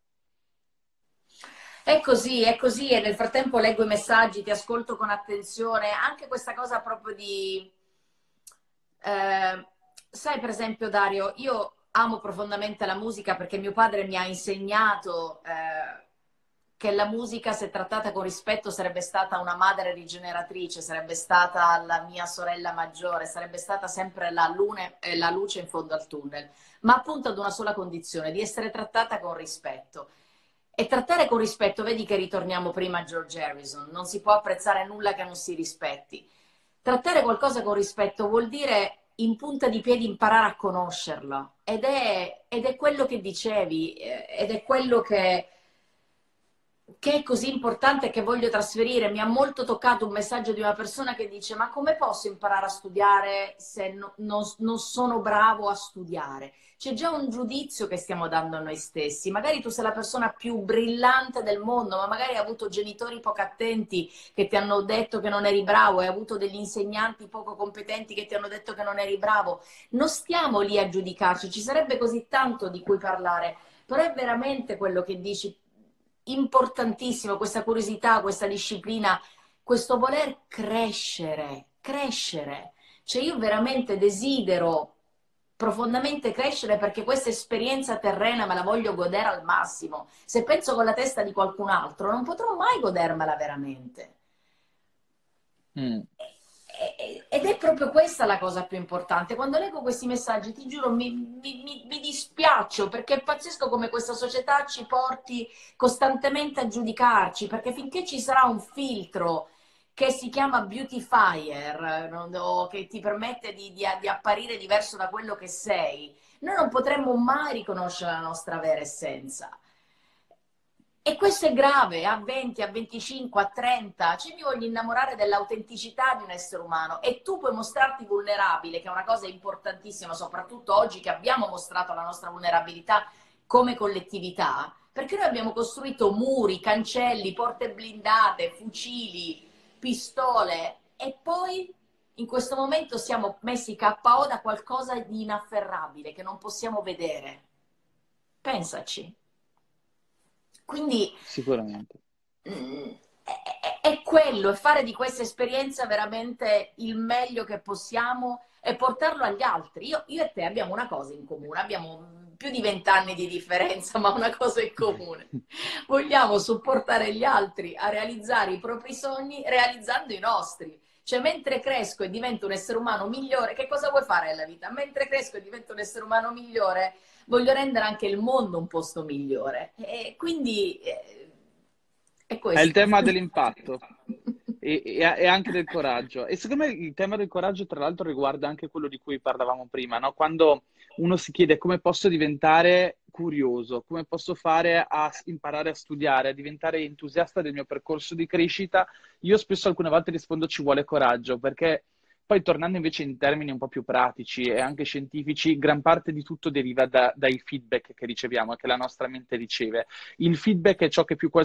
È così, e nel frattempo leggo i messaggi, ti ascolto con attenzione, anche questa cosa proprio di... sai, per esempio, Dario, io amo profondamente la musica perché mio padre mi ha insegnato che la musica, se trattata con rispetto, sarebbe stata una madre rigeneratrice, sarebbe stata la mia sorella maggiore, sarebbe stata sempre la luce in fondo al tunnel, ma appunto ad una sola condizione, di essere trattata con rispetto. E trattare con rispetto, vedi che ritorniamo prima a George Harrison, non si può apprezzare nulla che non si rispetti. Trattare qualcosa con rispetto vuol dire in punta di piedi imparare a conoscerla, ed è quello che dicevi, ed è quello che che è così importante, che voglio trasferire. Mi ha molto toccato un messaggio di una persona che dice: ma come posso imparare a studiare se non sono bravo a studiare? C'è già un giudizio che stiamo dando a noi stessi. Magari tu sei la persona più brillante del mondo, ma magari hai avuto genitori poco attenti che ti hanno detto che non eri bravo, hai avuto degli insegnanti poco competenti che ti hanno detto che non eri bravo. Non stiamo lì a giudicarci, ci sarebbe così tanto di cui parlare, però è veramente quello che dici importantissimo, questa curiosità, questa disciplina, questo voler crescere, crescere. Cioè io veramente desidero profondamente crescere, perché questa esperienza terrena me la voglio godere al massimo. Se penso con la testa di qualcun altro, non potrò mai godermela veramente. Mm. Ed è proprio questa la cosa più importante. Quando leggo questi messaggi, ti giuro, mi dispiaccio, perché è pazzesco come questa società ci porti costantemente a giudicarci, perché finché ci sarà un filtro che si chiama beautifier, o che ti permette di apparire diverso da quello che sei, noi non potremmo mai riconoscere la nostra vera essenza. E questo è grave, a 20, a 25, a 30, cioè mi voglio innamorare dell'autenticità di un essere umano, e tu puoi mostrarti vulnerabile, che è una cosa importantissima, soprattutto oggi che abbiamo mostrato la nostra vulnerabilità come collettività, perché noi abbiamo costruito muri, cancelli, porte blindate, fucili, pistole, e poi in questo momento siamo messi KO da qualcosa di inafferrabile che non possiamo vedere. Pensaci. Quindi Sicuramente. è quello, è fare di questa esperienza veramente il meglio che possiamo e portarlo agli altri. Io e te abbiamo una cosa in comune, abbiamo più di 20 anni di differenza, ma una cosa in comune. Vogliamo supportare gli altri a realizzare i propri sogni realizzando i nostri. Cioè, mentre cresco e divento un essere umano migliore, che cosa vuoi fare nella vita? Mentre cresco e divento un essere umano migliore, voglio rendere anche il mondo un posto migliore. E quindi è È il questo. tema dell'impatto e anche del coraggio. E secondo me il tema del coraggio, tra l'altro, riguarda anche quello di cui parlavamo prima, no? Quando uno si chiede come posso diventare curioso, come posso fare a imparare a studiare, a diventare entusiasta del mio percorso di crescita, io spesso alcune volte rispondo ci vuole coraggio, perché poi tornando invece in termini un po' più pratici e anche scientifici, gran parte di tutto deriva dai feedback che riceviamo e che la nostra mente riceve. Il feedback è ciò che più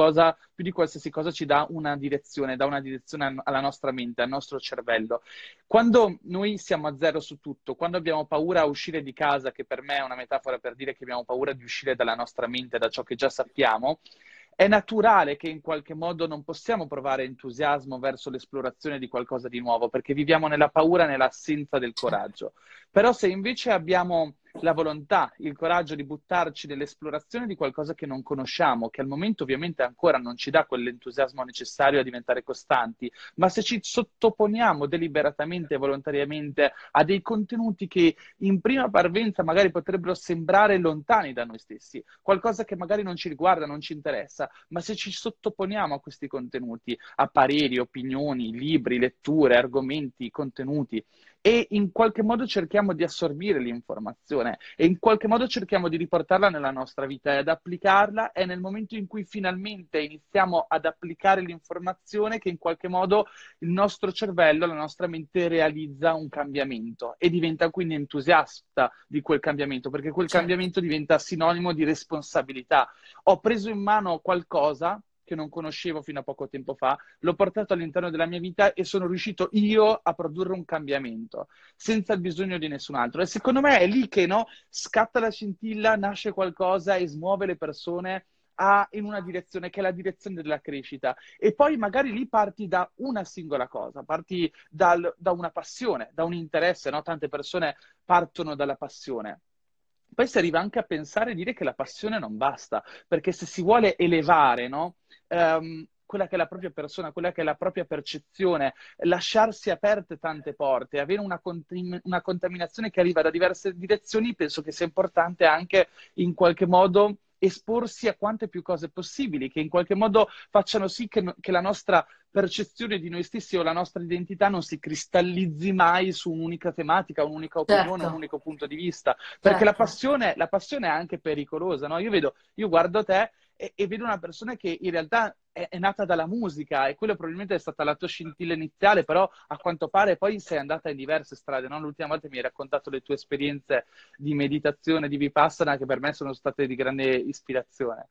di qualsiasi cosa ci dà una direzione alla nostra mente, al nostro cervello. Quando noi siamo a zero su tutto, quando abbiamo paura a uscire di casa, che per me è una metafora per dire che abbiamo paura di uscire dalla nostra mente, da ciò che già sappiamo, è naturale che in qualche modo non possiamo provare entusiasmo verso l'esplorazione di qualcosa di nuovo, perché viviamo nella paura e nell'assenza del coraggio. Però se invece abbiamo la volontà, il coraggio di buttarci nell'esplorazione di qualcosa che non conosciamo, che al momento ovviamente ancora non ci dà quell'entusiasmo necessario a diventare costanti, ma se ci sottoponiamo deliberatamente e volontariamente a dei contenuti che in prima parvenza magari potrebbero sembrare lontani da noi stessi, qualcosa che magari non ci riguarda, non ci interessa, ma se ci sottoponiamo a questi contenuti, a pareri, opinioni, libri, letture, argomenti, contenuti, e in qualche modo cerchiamo di assorbire l'informazione e in qualche modo cerchiamo di riportarla nella nostra vita e ad applicarla, è nel momento in cui finalmente iniziamo ad applicare l'informazione che in qualche modo il nostro cervello, la nostra mente realizza un cambiamento e diventa quindi entusiasta di quel cambiamento, perché quel cambiamento diventa sinonimo di responsabilità. Ho preso in mano qualcosa che non conoscevo fino a poco tempo fa, l'ho portato all'interno della mia vita e sono riuscito io a produrre un cambiamento, senza il bisogno di nessun altro. E secondo me è lì che scatta la scintilla, nasce qualcosa e smuove le persone in una direzione che è la direzione della crescita. E poi magari lì parti da una singola cosa, parti da una passione, da un interesse, no? Tante persone partono dalla passione. Poi si arriva anche a pensare e dire che la passione non basta, perché se si vuole elevare, no? Quella che è la propria persona, quella che è la propria percezione, lasciarsi aperte tante porte, avere una contaminazione che arriva da diverse direzioni, penso che sia importante anche in qualche modo esporsi a quante più cose possibili, che in qualche modo facciano sì che la nostra percezione di noi stessi o la nostra identità non si cristallizzi mai su un'unica tematica, un'unica opinione, un Certo, unico punto di vista, perché certo. la passione è anche pericolosa, no? Io guardo te e vedo una persona che in realtà è nata dalla musica e quello probabilmente è stata la tua scintilla iniziale, però a quanto pare poi sei andata in diverse strade, no? L'ultima volta mi hai raccontato le tue esperienze di meditazione, di Vipassana, che per me sono state di grande ispirazione.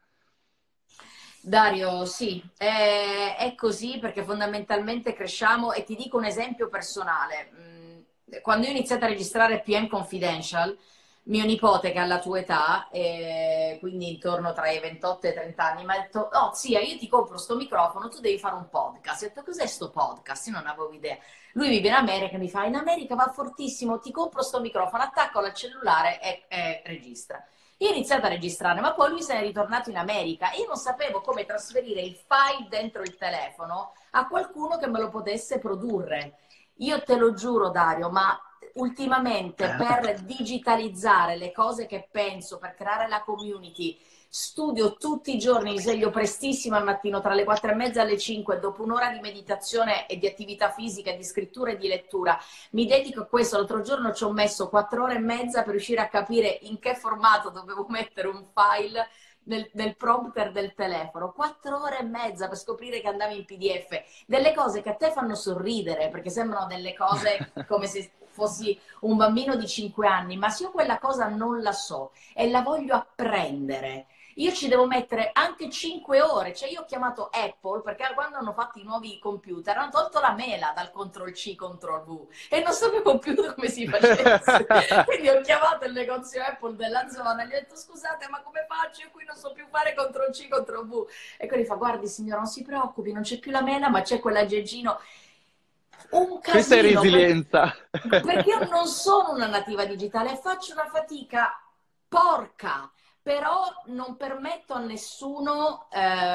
Dario, sì, è così perché fondamentalmente cresciamo e ti dico un esempio personale. Quando io ho iniziato a registrare PM Confidential, mio nipote che ha la tua età, quindi intorno tra i 28 e i 30 anni, mi ha detto, oh zia, io ti compro sto microfono, tu devi fare un podcast. Ho detto, cos'è sto podcast? Io non avevo idea. Lui vive in America e mi fa, in America va fortissimo, ti compro sto microfono, attaccalo al cellulare e registra. Io ho iniziato a registrare, ma poi lui se n'è ritornato in America e io non sapevo come trasferire il file dentro il telefono a qualcuno che me lo potesse produrre. Io te lo giuro, Dario, ma ultimamente per digitalizzare le cose che penso, per creare la community, studio tutti i giorni, mi sveglio prestissimo al mattino, tra le 4:30 e le 5, dopo un'ora di meditazione e di attività fisica, di scrittura e di lettura. Mi dedico a questo. L'altro giorno ci ho messo 4 ore e mezza per riuscire a capire in che formato dovevo mettere un file nel prompter del telefono. 4 ore e mezza per scoprire che andavi in PDF. Delle cose che a te fanno sorridere, perché sembrano delle cose come se fossi un bambino di 5 anni, ma se io quella cosa non la so e la voglio apprendere, io ci devo mettere anche 5 ore. Cioè io ho chiamato Apple perché quando hanno fatto i nuovi computer hanno tolto la mela dal Ctrl-C, Ctrl-V e non sapevo più come si facesse. Quindi ho chiamato il negozio Apple della zona e gli ho detto, scusate, ma come faccio? Io qui non so più fare Ctrl-C, Ctrl-V. E quelli fa, guardi signora, non si preoccupi, non c'è più la mela, ma c'è quell'aggeggino. Un casino. Questa è resilienza. Perché io non sono una nativa digitale, faccio una fatica porca, però non permetto a nessuno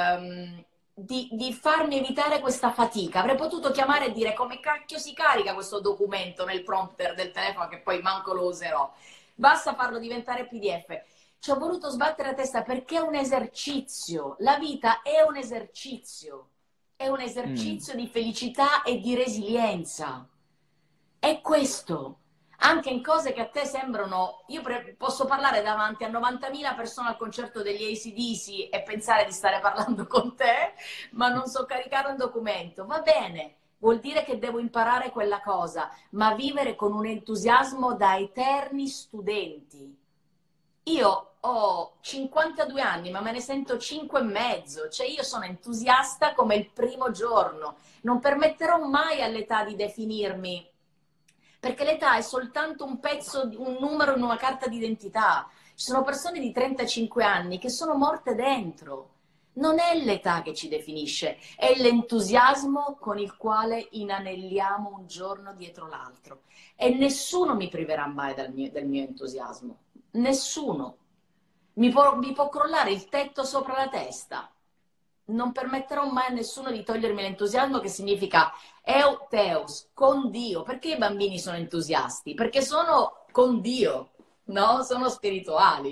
di farmi evitare questa fatica. Avrei potuto chiamare e dire come cacchio si carica questo documento nel prompter del telefono, che poi manco lo userò. Basta farlo diventare PDF. Ci ho voluto sbattere la testa perché è un esercizio. La vita è un esercizio. È un esercizio di felicità e di resilienza. È questo. Anche in cose che a te sembrano... Io posso parlare davanti a 90.000 persone al concerto degli AC/DC e pensare di stare parlando con te, ma non so caricare un documento. Va bene, vuol dire che devo imparare quella cosa, ma vivere con un entusiasmo da eterni studenti. Io ho 52 anni, ma me ne sento 5 e mezzo. Cioè io sono entusiasta come il primo giorno. Non permetterò mai all'età di definirmi, perché l'età è soltanto un pezzo, un numero in una carta d'identità. Ci sono persone di 35 anni che sono morte dentro. Non è l'età che ci definisce, è l'entusiasmo con il quale inanelliamo un giorno dietro l'altro. E nessuno mi priverà mai del mio entusiasmo. Nessuno. Mi può crollare il tetto sopra la testa. Non permetterò mai a nessuno di togliermi l'entusiasmo, che significa euteos, con Dio. Perché i bambini sono entusiasti? Perché sono con Dio, no? Sono spirituali.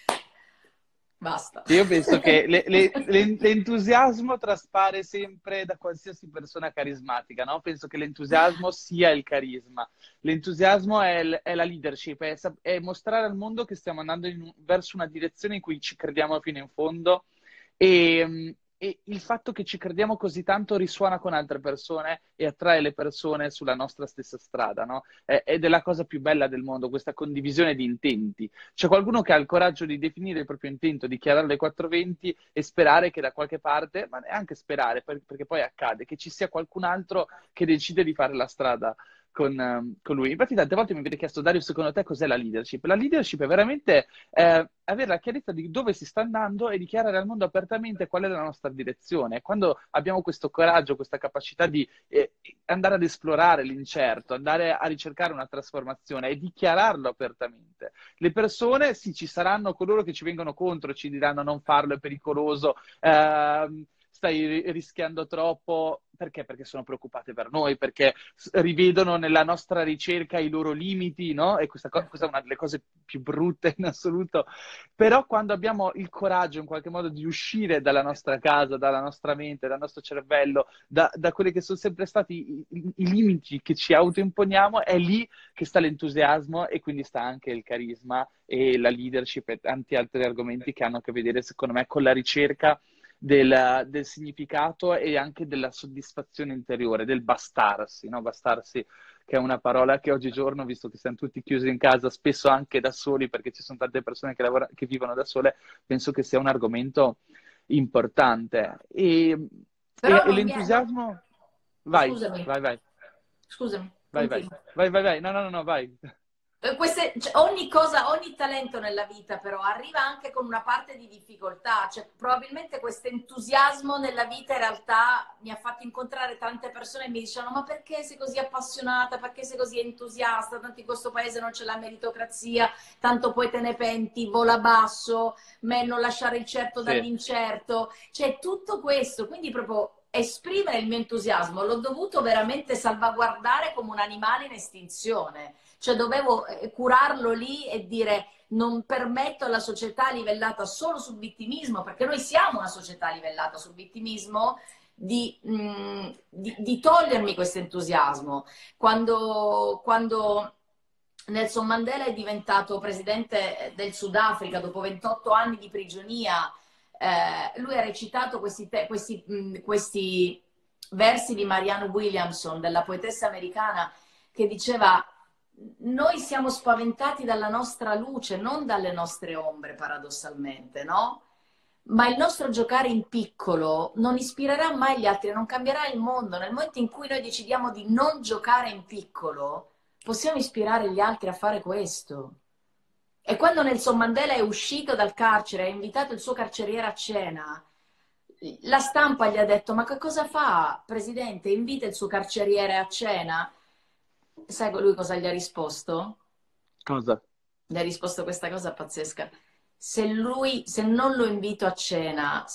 Basta. Io penso che l'entusiasmo traspare sempre da qualsiasi persona carismatica, no? Penso che l'entusiasmo sia il carisma. L'entusiasmo è la leadership, è mostrare al mondo che stiamo andando verso una direzione in cui ci crediamo fino in fondo e il fatto che ci crediamo così tanto risuona con altre persone e attrae le persone sulla nostra stessa strada, no? Ed è la cosa più bella del mondo, questa condivisione di intenti. C'è qualcuno che ha il coraggio di definire il proprio intento, dichiarare le 420 e sperare che da qualche parte, ma neanche sperare, perché poi accade, che ci sia qualcun altro che decide di fare la strada con lui. Infatti tante volte mi avete chiesto, Dario, secondo te cos'è la leadership? La leadership è veramente avere la chiarezza di dove si sta andando e dichiarare al mondo apertamente qual è la nostra direzione. Quando abbiamo questo coraggio, questa capacità di andare ad esplorare l'incerto, andare a ricercare una trasformazione e dichiararlo apertamente. Le persone, sì, ci saranno coloro che ci vengono contro, ci diranno non farlo, è pericoloso, stai rischiando troppo. Perché? Perché sono preoccupate per noi, perché rivedono nella nostra ricerca i loro limiti, no? E questa è una delle cose più brutte in assoluto. Però quando abbiamo il coraggio in qualche modo di uscire dalla nostra casa, dalla nostra mente, dal nostro cervello, da quelli che sono sempre stati i limiti che ci autoimponiamo, è lì che sta l'entusiasmo e quindi sta anche il carisma e la leadership e tanti altri argomenti che hanno a che vedere, secondo me, con la ricerca del significato e anche della soddisfazione interiore, del bastarsi, no? Bastarsi, che è una parola che oggigiorno, visto che siamo tutti chiusi in casa, spesso anche da soli, perché ci sono tante persone che vivono da sole, penso che sia un argomento importante. Però E non viene... l'entusiasmo... Vai, Scusami, vai, vai, scusami, vai, vai, continua. vai, vai, vai, no, no, no, no, vai. Cioè, ogni cosa, ogni talento nella vita però arriva anche con una parte di difficoltà, cioè probabilmente questo entusiasmo nella vita in realtà mi ha fatto incontrare tante persone e mi dicevano ma perché sei così appassionata, perché sei così entusiasta, tanto in questo paese non c'è la meritocrazia, tanto poi te ne penti, vola basso, non lasciare il certo Sì, dall'incerto, cioè tutto questo, quindi proprio esprimere il mio entusiasmo l'ho dovuto veramente salvaguardare come un animale in estinzione. Cioè dovevo curarlo lì e dire non permetto alla società livellata solo sul vittimismo, perché noi siamo una società livellata sul vittimismo, di togliermi questo entusiasmo. Quando Nelson Mandela è diventato presidente del Sudafrica dopo 28 anni di prigionia, lui ha recitato questi versi di Marianne Williamson, della poetessa americana, che diceva noi siamo spaventati dalla nostra luce, non dalle nostre ombre, paradossalmente, no? Ma il nostro giocare in piccolo non ispirerà mai gli altri, non cambierà il mondo. Nel momento in cui noi decidiamo di non giocare in piccolo, possiamo ispirare gli altri a fare questo. E quando Nelson Mandela è uscito dal carcere, ha invitato il suo carceriere a cena, la stampa gli ha detto: ma che cosa fa, presidente? Invita il suo carceriere a cena? Sai lui cosa gli ha risposto? cosa? Gli ha risposto questa cosa pazzesca. Se non lo invito a cena,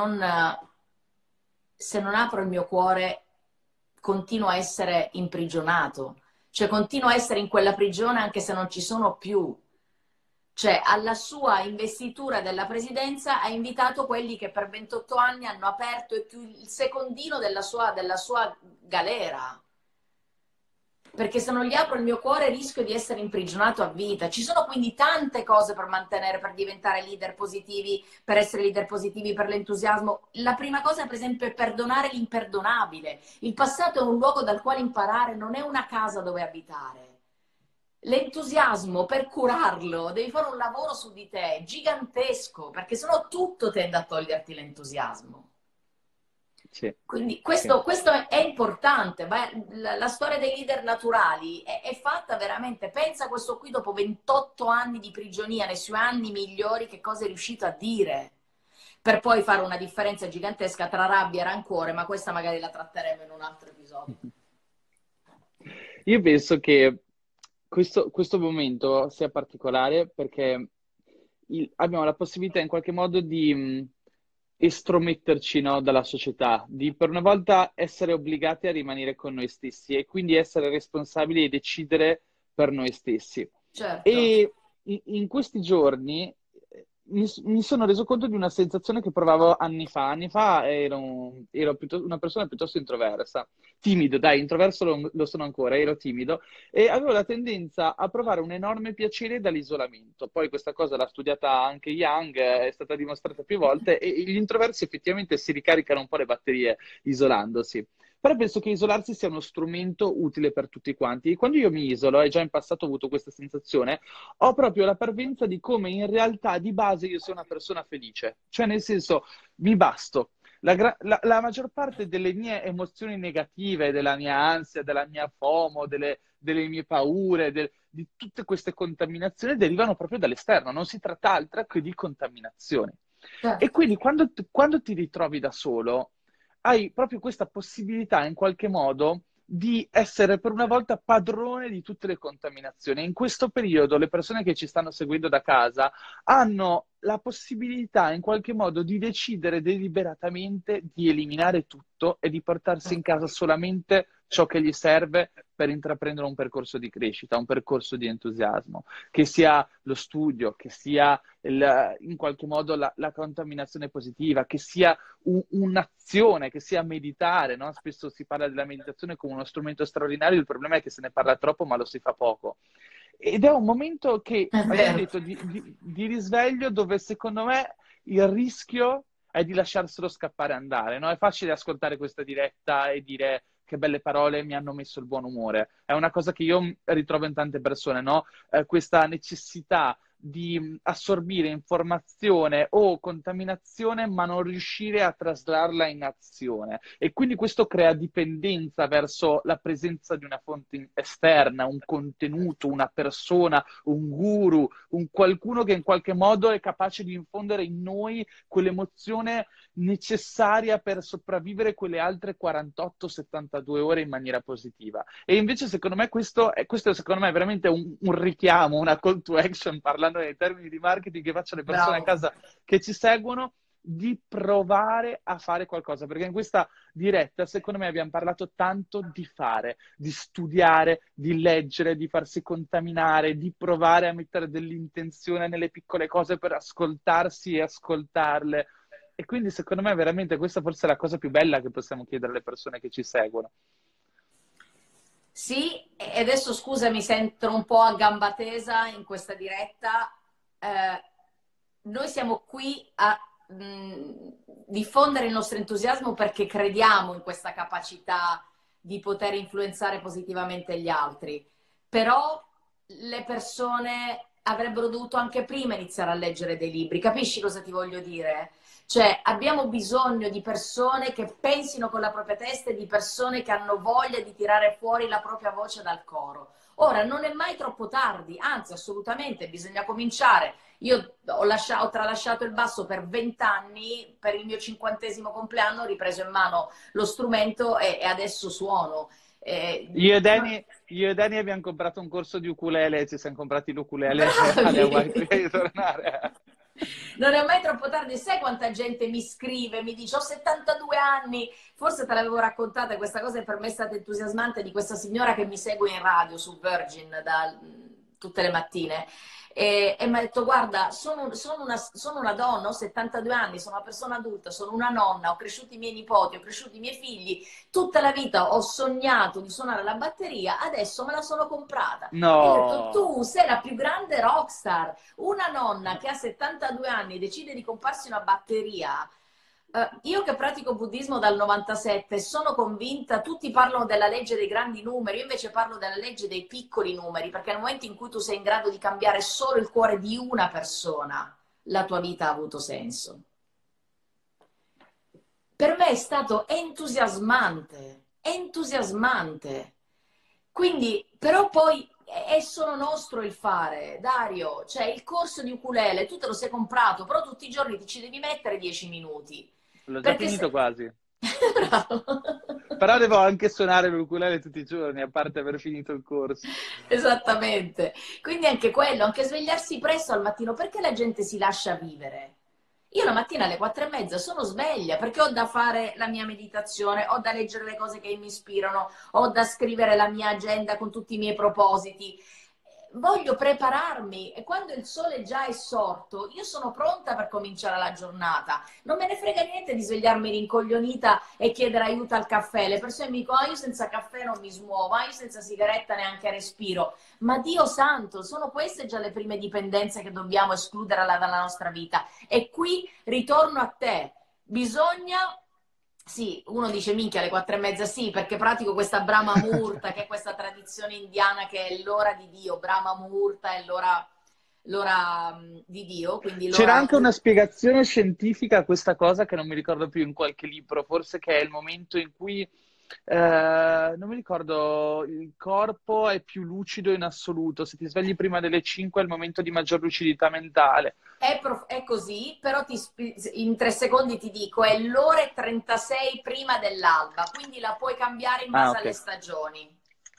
se non apro il mio cuore, continuo a essere imprigionato. Cioè continuo a essere in quella prigione anche se non ci sono più. Cioè alla sua investitura della presidenza ha invitato quelli che per 28 anni hanno aperto il secondino della sua galera. Perché se non gli apro il mio cuore rischio di essere imprigionato a vita. Ci sono quindi tante cose per mantenere, per diventare leader positivi, per essere leader positivi, per l'entusiasmo. La prima cosa, per esempio, è perdonare l'imperdonabile. Il passato è un luogo dal quale imparare, non è una casa dove abitare. L'entusiasmo, per curarlo, devi fare un lavoro su di te, gigantesco, perché sennò tutto tende a toglierti l'entusiasmo. Sì, Quindi sì. questo è importante. La storia dei leader naturali è fatta veramente. Pensa a questo qui dopo 28 anni di prigionia, nei suoi anni migliori, che cosa è riuscito a dire, per poi fare una differenza gigantesca tra rabbia e rancore, ma questa magari la tratteremo in un altro episodio. Io penso che questo momento sia particolare perché abbiamo la possibilità in qualche modo di estrometterci, no, dalla società, di per una volta essere obbligati a rimanere con noi stessi e quindi essere responsabili e decidere per noi stessi. Certo. E in questi giorni mi sono reso conto di una sensazione che provavo anni fa. Anni fa ero una persona piuttosto introversa, timido, dai, introverso lo sono ancora, ero timido e avevo la tendenza a provare un enorme piacere dall'isolamento. Poi questa cosa l'ha studiata anche Young, è stata dimostrata più volte e gli introversi effettivamente si ricaricano un po' le batterie isolandosi. Però penso che isolarsi sia uno strumento utile per tutti quanti. E quando io mi isolo, e già in passato ho avuto questa sensazione, ho proprio la parvenza di come in realtà di base io sia una persona felice. Cioè nel senso, mi basto. La maggior parte delle mie emozioni negative, della mia ansia, della mia FOMO, delle mie paure, di tutte queste contaminazioni derivano proprio dall'esterno. Non si tratta altro che di contaminazioni. E Certo. quindi quando ti ritrovi da solo, hai proprio questa possibilità in qualche modo di essere per una volta padrone di tutte le contaminazioni. In questo periodo le persone che ci stanno seguendo da casa hanno la possibilità in qualche modo di decidere deliberatamente di eliminare tutto e di portarsi in casa solamente ciò che gli serve per intraprendere un percorso di crescita, un percorso di entusiasmo, che sia lo studio, che sia in qualche modo la contaminazione positiva, che sia un'azione, che sia meditare, no? Spesso si parla della meditazione come uno strumento straordinario, il problema è che se ne parla troppo ma lo si fa poco. Ed è un momento che È abbiamo vero. detto di risveglio dove secondo me il rischio è di lasciarselo scappare e andare, no? È facile ascoltare questa diretta e dire che belle parole mi hanno messo il buon umore. È una cosa che io ritrovo in tante persone, no? Questa necessità di assorbire informazione o contaminazione, ma non riuscire a traslarla in azione. E quindi questo crea dipendenza verso la presenza di una fonte esterna, un contenuto, una persona, un guru, un qualcuno che in qualche modo è capace di infondere in noi quell'emozione necessaria per sopravvivere quelle altre 48-72 ore in maniera positiva. E invece secondo me questo secondo me è veramente un richiamo, una call to action, parlando nei termini di marketing, che faccio alle persone a Bravo. casa che ci seguono, di provare a fare qualcosa, perché in questa diretta secondo me abbiamo parlato tanto di fare, di studiare, di leggere, di farsi contaminare, di provare a mettere dell'intenzione nelle piccole cose per ascoltarsi e ascoltarle. E quindi secondo me veramente questa forse è la cosa più bella che possiamo chiedere alle persone che ci seguono. Sì, e adesso scusami se entro un po' a gamba tesa in questa diretta. Noi siamo qui a diffondere il nostro entusiasmo perché crediamo in questa capacità di poter influenzare positivamente gli altri. Però le persone avrebbero dovuto anche prima iniziare a leggere dei libri. Capisci cosa ti voglio dire? Cioè, abbiamo bisogno di persone che pensino con la propria testa e di persone che hanno voglia di tirare fuori la propria voce dal coro. Ora, non è mai troppo tardi, anzi, assolutamente, bisogna cominciare. Io ho tralasciato il basso per 20 anni, per il mio 50° compleanno ho ripreso in mano lo strumento e adesso suono. Io e Dani abbiamo comprato un corso di ukulele, ci siamo comprati l'ukulele alle Hawaii Bravi! prima di tornare. Non è mai troppo tardi. Sai quanta gente mi scrive, mi dice ho 72 anni, forse te l'avevo raccontata questa cosa, e per me è stata entusiasmante, di questa signora che mi segue in radio su Virgin tutte le mattine e mi ha detto guarda, sono una donna, ho 72 anni, sono una persona adulta, sono una nonna, ho cresciuto i miei nipoti, ho cresciuto i miei figli, tutta la vita ho sognato di suonare la batteria, adesso me la sono comprata. E io ho detto No, tu sei la più grande rockstar, una nonna che ha 72 anni decide di comprarsi una batteria. Io che pratico buddismo dal 97 sono convinta, tutti parlano della legge dei grandi numeri, io invece parlo della legge dei piccoli numeri, perché nel momento in cui tu sei in grado di cambiare solo il cuore di una persona, la tua vita ha avuto senso. Per me è stato entusiasmante, entusiasmante. Quindi, però poi è solo nostro il fare, Dario, cioè il corso di ukulele, tu te lo sei comprato, però tutti i giorni ti ci devi mettere 10 minuti. l'ho già Perché finito se... quasi. Bravo. Però devo anche suonare l'ukulele tutti i giorni, a parte aver finito il corso. Esattamente. Quindi anche quello, anche svegliarsi presto al mattino, perché la gente si lascia vivere? Io la mattina alle 4:30 sono sveglia perché ho da fare la mia meditazione, ho da leggere le cose che mi ispirano, ho da scrivere la mia agenda con tutti i miei propositi. Voglio prepararmi e quando il sole già è sorto, io sono pronta per cominciare la giornata. Non me ne frega niente di svegliarmi rincoglionita e chiedere aiuto al caffè. Le persone mi dicono, io senza caffè non mi smuovo, io senza sigaretta neanche respiro. Ma Dio santo, sono queste già le prime dipendenze che dobbiamo escludere dalla nostra vita. E qui ritorno a te. Bisogna... Sì, uno dice minchia alle 4:30, sì, perché pratico questa Brahma Murta, che è questa tradizione indiana che è l'ora di Dio. Brahma Murta è l'ora di Dio, quindi C'era l'ora... anche una spiegazione scientifica a questa cosa che non mi ricordo più in qualche libro, forse che è il momento in cui Non mi ricordo, il corpo è più lucido in assoluto, se ti svegli prima delle 5 è il momento di maggior lucidità mentale. È così, però in 3 secondi ti dico, è l'ora e 36 prima dell'alba, quindi la puoi cambiare in Ah, base ok. alle stagioni.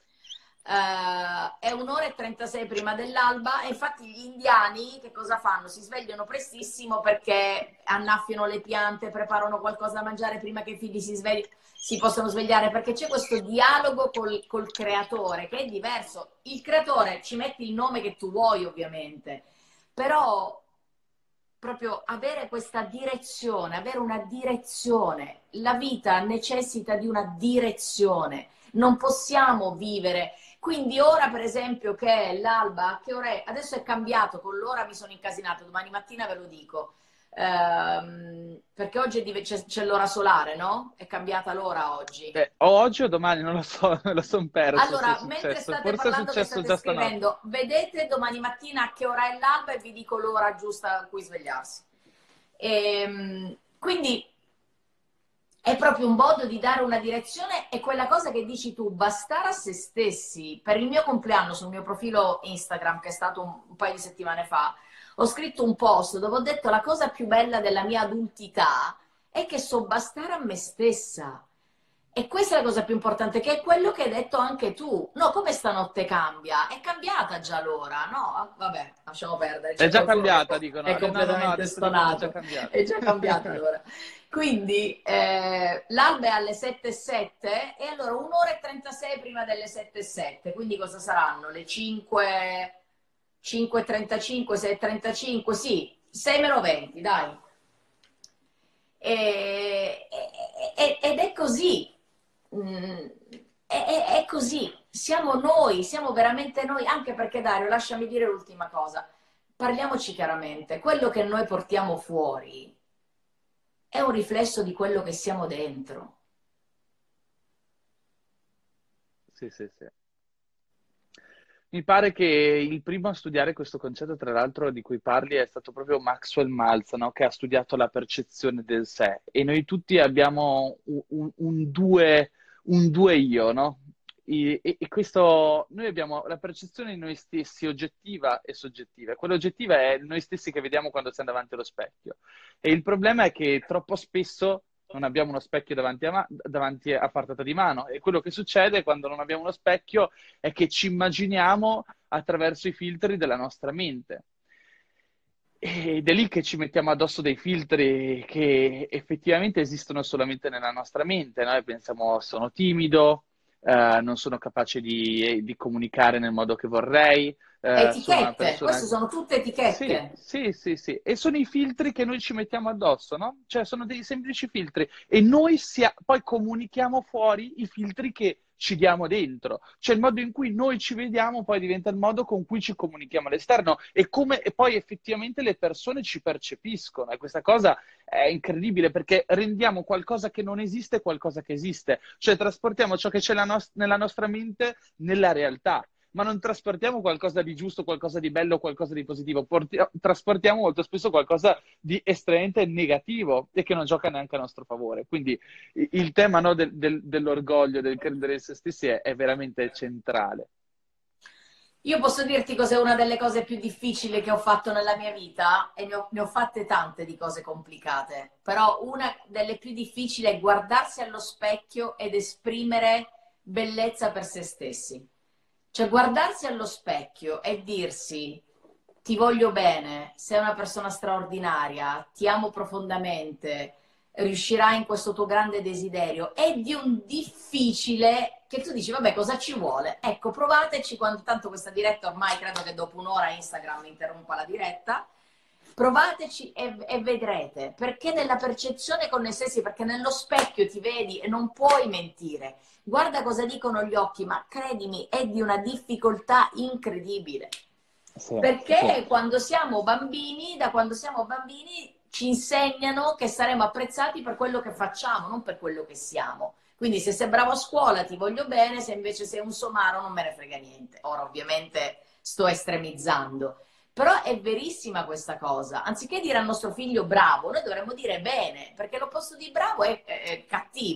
È un'ora e 36 prima dell'alba e infatti gli indiani che cosa fanno? Si svegliano prestissimo perché annaffiano le piante, preparano qualcosa da mangiare prima che i figli si possano svegliare, perché c'è questo dialogo col creatore che è diverso. Il creatore ci metti il nome che tu vuoi ovviamente, però proprio avere questa direzione, avere una direzione, la vita necessita di una direzione, non possiamo vivere. Quindi ora, per esempio, che è l'alba, che ora è? Adesso è cambiato, con l'ora mi sono incasinato, domani mattina ve lo dico. Perché oggi c'è l'ora solare, no? È cambiata l'ora oggi. O oggi o domani, non lo so, me lo son perso se è Allora, mentre successo. state Forse è parlando, che successo state già stanotte. scrivendo, vedete domani mattina a che ora è l'alba e vi dico l'ora giusta a cui svegliarsi. Quindi è proprio un modo di dare una direzione e quella cosa che dici tu, bastare a se stessi. Per il mio compleanno sul mio profilo Instagram, che è stato un paio di settimane fa, ho scritto un post dove ho detto la cosa più bella della mia adultità è che so bastare a me stessa. E questa è la cosa più importante, che è quello che hai detto anche tu. No, come stanotte cambia? È cambiata già l'ora, no? Vabbè, lasciamo perdere, È c'è già qualcuno che cambiata, dicono. è No, no, no, completamente adesso dicono è già stonato. cambiata. È già cambiata l'ora. Quindi l'alba è alle 7:07 e allora un'ora e 36 prima delle 7:07. Quindi cosa saranno? Le 5, 5:35, 6:35? Sì, 6 meno 20, dai. Ed è così. È così, siamo noi, siamo veramente noi, anche perché Dario, lasciami dire l'ultima cosa, parliamoci chiaramente, quello che noi portiamo fuori è un riflesso di quello che siamo dentro. Sì, sì, sì. Mi pare che il primo a studiare questo concetto, tra l'altro, di cui parli, è stato proprio Maxwell Maltz, no? Che ha studiato la percezione del sé. E noi tutti abbiamo un due io, no? E questo, noi abbiamo la percezione di noi stessi oggettiva e soggettiva. Quella oggettiva è noi stessi che vediamo quando siamo davanti allo specchio. E il problema è che troppo spesso non abbiamo uno specchio davanti a portata di mano. E quello che succede quando non abbiamo uno specchio è che ci immaginiamo attraverso i filtri della nostra mente. Ed è lì che ci mettiamo addosso dei filtri che effettivamente esistono solamente nella nostra mente. Noi pensiamo sono timido, non sono capace di comunicare nel modo che vorrei, sono una Etichette, persona... queste sono tutte Sì, etichette. sì, sì, sì. E sono i filtri che noi ci mettiamo addosso, no? Cioè sono dei semplici filtri e noi poi comunichiamo fuori i filtri che ci diamo dentro. Cioè il modo in cui noi ci vediamo poi diventa il modo con cui ci comunichiamo all'esterno e poi effettivamente le persone ci percepiscono. E questa cosa è incredibile perché rendiamo qualcosa che non esiste qualcosa che esiste. Cioè trasportiamo ciò che c'è nella nostra mente nella realtà, ma non trasportiamo qualcosa di giusto, qualcosa di bello, qualcosa di positivo, trasportiamo molto spesso qualcosa di estremamente negativo e che non gioca neanche a nostro favore. Quindi il tema, no, dell'orgoglio, del credere in se stessi è veramente centrale. Io posso dirti cos'è una delle cose più difficili che ho fatto nella mia vita, e ne ho fatte tante di cose complicate, però una delle più difficili è guardarsi allo specchio ed esprimere bellezza per se stessi. Cioè guardarsi allo specchio e dirsi ti voglio bene, sei una persona straordinaria, ti amo profondamente, riuscirai in questo tuo grande desiderio, è di un difficile che tu dici vabbè cosa ci vuole? Ecco, provateci, quando tanto questa diretta ormai credo che dopo un'ora Instagram interrompa la diretta, provateci e vedrete, perché nella percezione con noi stessi, perché nello specchio ti vedi e non puoi mentire, guarda cosa dicono gli occhi, ma credimi è di una difficoltà incredibile. Sì, Perché sì. quando siamo bambini, da quando siamo bambini, ci insegnano che saremo apprezzati per quello che facciamo, non per quello che siamo. Quindi se sei bravo a scuola ti voglio bene, se invece sei un somaro non me ne frega niente. Ora ovviamente sto estremizzando, però è verissima questa cosa. Anziché dire al nostro figlio bravo, noi dovremmo dire bene, perché l'opposto di bravo è cattivo.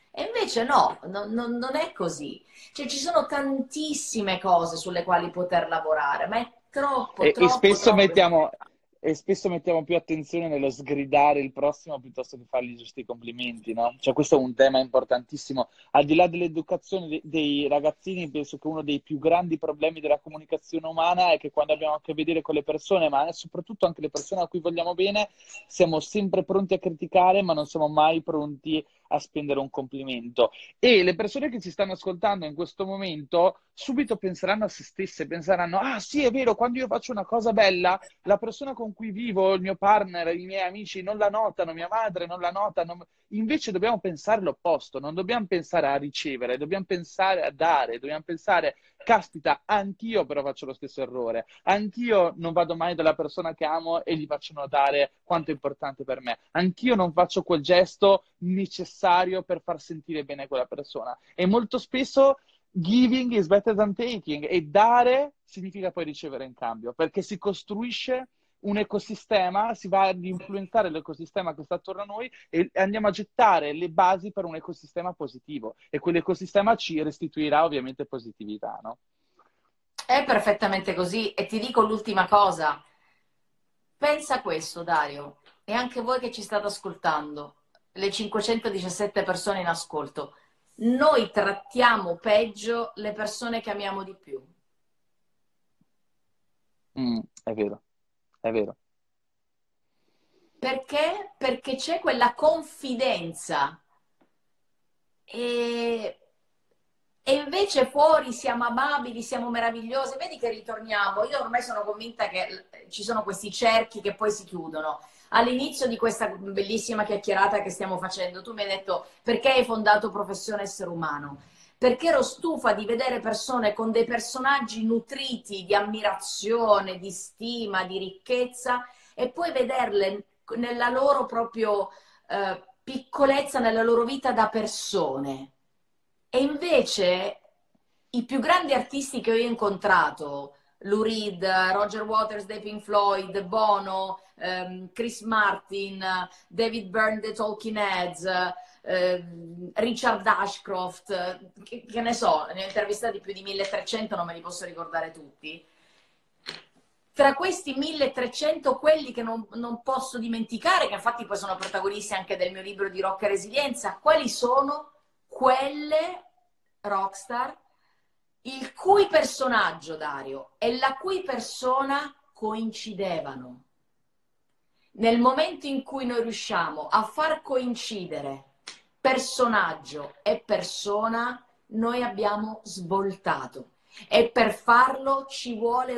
E invece no, non è così. Cioè ci sono tantissime cose sulle quali poter lavorare, ma è troppo, E, e troppo, spesso troppo. mettiamo, e spesso mettiamo più attenzione nello sgridare il prossimo piuttosto che fargli giusti complimenti, no? Cioè, questo è un tema importantissimo. Al di là dell'educazione dei ragazzini, penso che uno dei più grandi problemi della comunicazione umana è che quando abbiamo a che vedere con le persone, ma soprattutto anche le persone a cui vogliamo bene, siamo sempre pronti a criticare, ma non siamo mai pronti a spendere un complimento. E le persone che ci stanno ascoltando in questo momento subito penseranno a se stesse, penseranno, ah sì, è vero, quando io faccio una cosa bella, la persona con cui vivo, il mio partner, i miei amici non la notano, mia madre non la nota. Invece dobbiamo pensare l'opposto, non dobbiamo pensare a ricevere, dobbiamo pensare a dare, dobbiamo pensare, caspita, anch'io però faccio lo stesso errore, anch'io non vado mai dalla persona che amo e gli faccio notare quanto è importante per me, anch'io non faccio quel gesto necessario per far sentire bene quella persona. E molto spesso giving is better than taking, e dare significa poi ricevere in cambio, perché si costruisce un ecosistema, si va ad influenzare l'ecosistema che sta attorno a noi e andiamo a gettare le basi per un ecosistema positivo, e quell'ecosistema ci restituirà ovviamente positività, no? È perfettamente così. E ti dico l'ultima cosa. Pensa a questo, Dario, e anche voi che ci state ascoltando, le 517 persone in ascolto. Noi trattiamo peggio le persone che amiamo di più. È vero, è vero. Perché? Perché c'è quella confidenza. E, e invece fuori siamo amabili, siamo meravigliosi. Vedi che ritorniamo. Io ormai sono convinta che ci sono questi cerchi che poi si chiudono. All'inizio di questa bellissima chiacchierata che stiamo facendo, tu mi hai detto perché hai fondato Professione Essere Umano? Perché ero stufa di vedere persone con dei personaggi nutriti di ammirazione, di stima, di ricchezza, e poi vederle nella loro proprio piccolezza, nella loro vita da persone. E invece i più grandi artisti che ho incontrato, Lou Reed, Roger Waters dei Pink Floyd, Bono, Chris Martin, David Byrne dei Talking Heads, Richard Ashcroft, che ne so, ne ho intervistati più di 1300, non me li posso ricordare tutti. Tra questi 1300, quelli che non posso dimenticare, che infatti poi sono protagonisti anche del mio libro di Rock e Resilienza, quali sono? Quelle rockstar il cui personaggio, Dario, e la cui persona coincidevano. Nel momento in cui noi riusciamo a far coincidere personaggio e persona, noi abbiamo svoltato. E per farlo ci vuole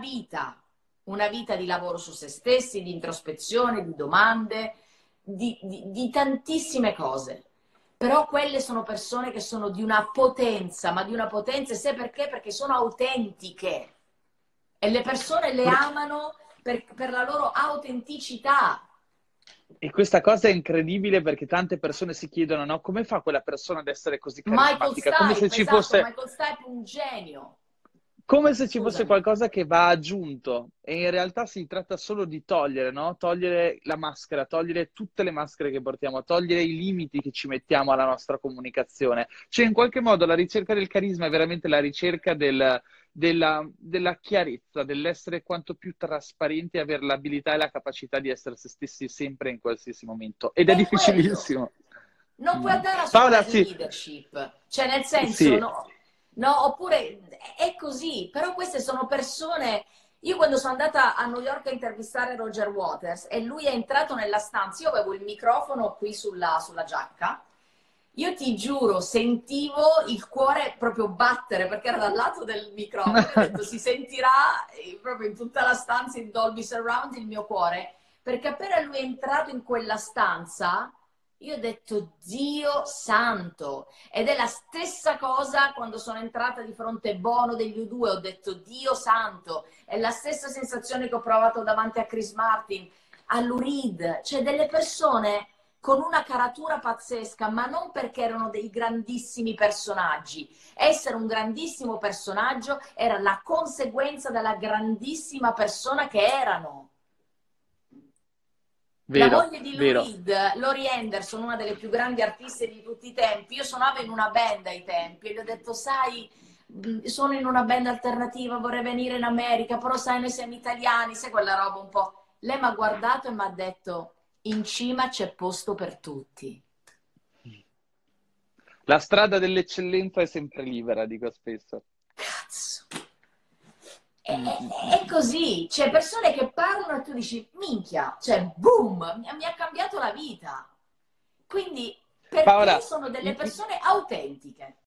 una vita di lavoro su se stessi, di introspezione, di domande, di tantissime cose. Però quelle sono persone che sono di una potenza, ma di una potenza, e sai perché? Perché sono autentiche. E le persone le amano per la loro autenticità. E questa cosa è incredibile perché tante persone si chiedono, no, come fa quella persona ad essere così Michael carismatica? Stipe, esatto, Michael Stipe è un genio. Come se ci fosse Scusami. qualcosa che va aggiunto, e in realtà si tratta solo di togliere, no? Togliere la maschera, togliere tutte le maschere che portiamo, togliere i limiti che ci mettiamo alla nostra comunicazione. Cioè, in qualche modo la ricerca del carisma è veramente la ricerca della chiarezza, dell'essere quanto più trasparenti e avere l'abilità e la capacità di essere se stessi sempre in qualsiasi momento. Ed è È quello. difficilissimo. Non puoi andare a scuola Paola, di sì, leadership. Cioè, nel senso, sì. no, no, oppure è così. Però queste sono persone. Io quando sono andata a New York a intervistare Roger Waters e lui è entrato nella stanza, io avevo il microfono qui sulla giacca. Io ti giuro, sentivo il cuore proprio battere perché era dal lato del microfono. Io ho detto, si sentirà proprio in tutta la stanza in Dolby Surround il mio cuore, perché appena lui è entrato in quella stanza, io ho detto, Dio santo. Ed è la stessa cosa quando sono entrata di fronte a Bono degli U2, ho detto, Dio santo. È la stessa sensazione che ho provato davanti a Chris Martin, a Lou Reed, cioè delle persone con una caratura pazzesca, ma non perché erano dei grandissimi personaggi. Essere un grandissimo personaggio era la conseguenza della grandissima persona che erano. La Vero, moglie di Lou vero. Reed, Laurie Anderson, una delle più grandi artiste di tutti i tempi. Io suonavo in una band ai tempi e le ho detto, sai, sono in una band alternativa, vorrei venire in America, però sai, noi siamo italiani, sai quella roba un po'. Lei mi ha guardato e mi ha detto, in cima c'è posto per tutti. La strada dell'eccellenza è sempre libera, dico spesso. Cazzo! Mm, mm, È così, c'è persone che parlano e tu dici, minchia, cioè, boom, mi ha cambiato la vita. Quindi, perché Paola, sono delle i- i- persone autentiche.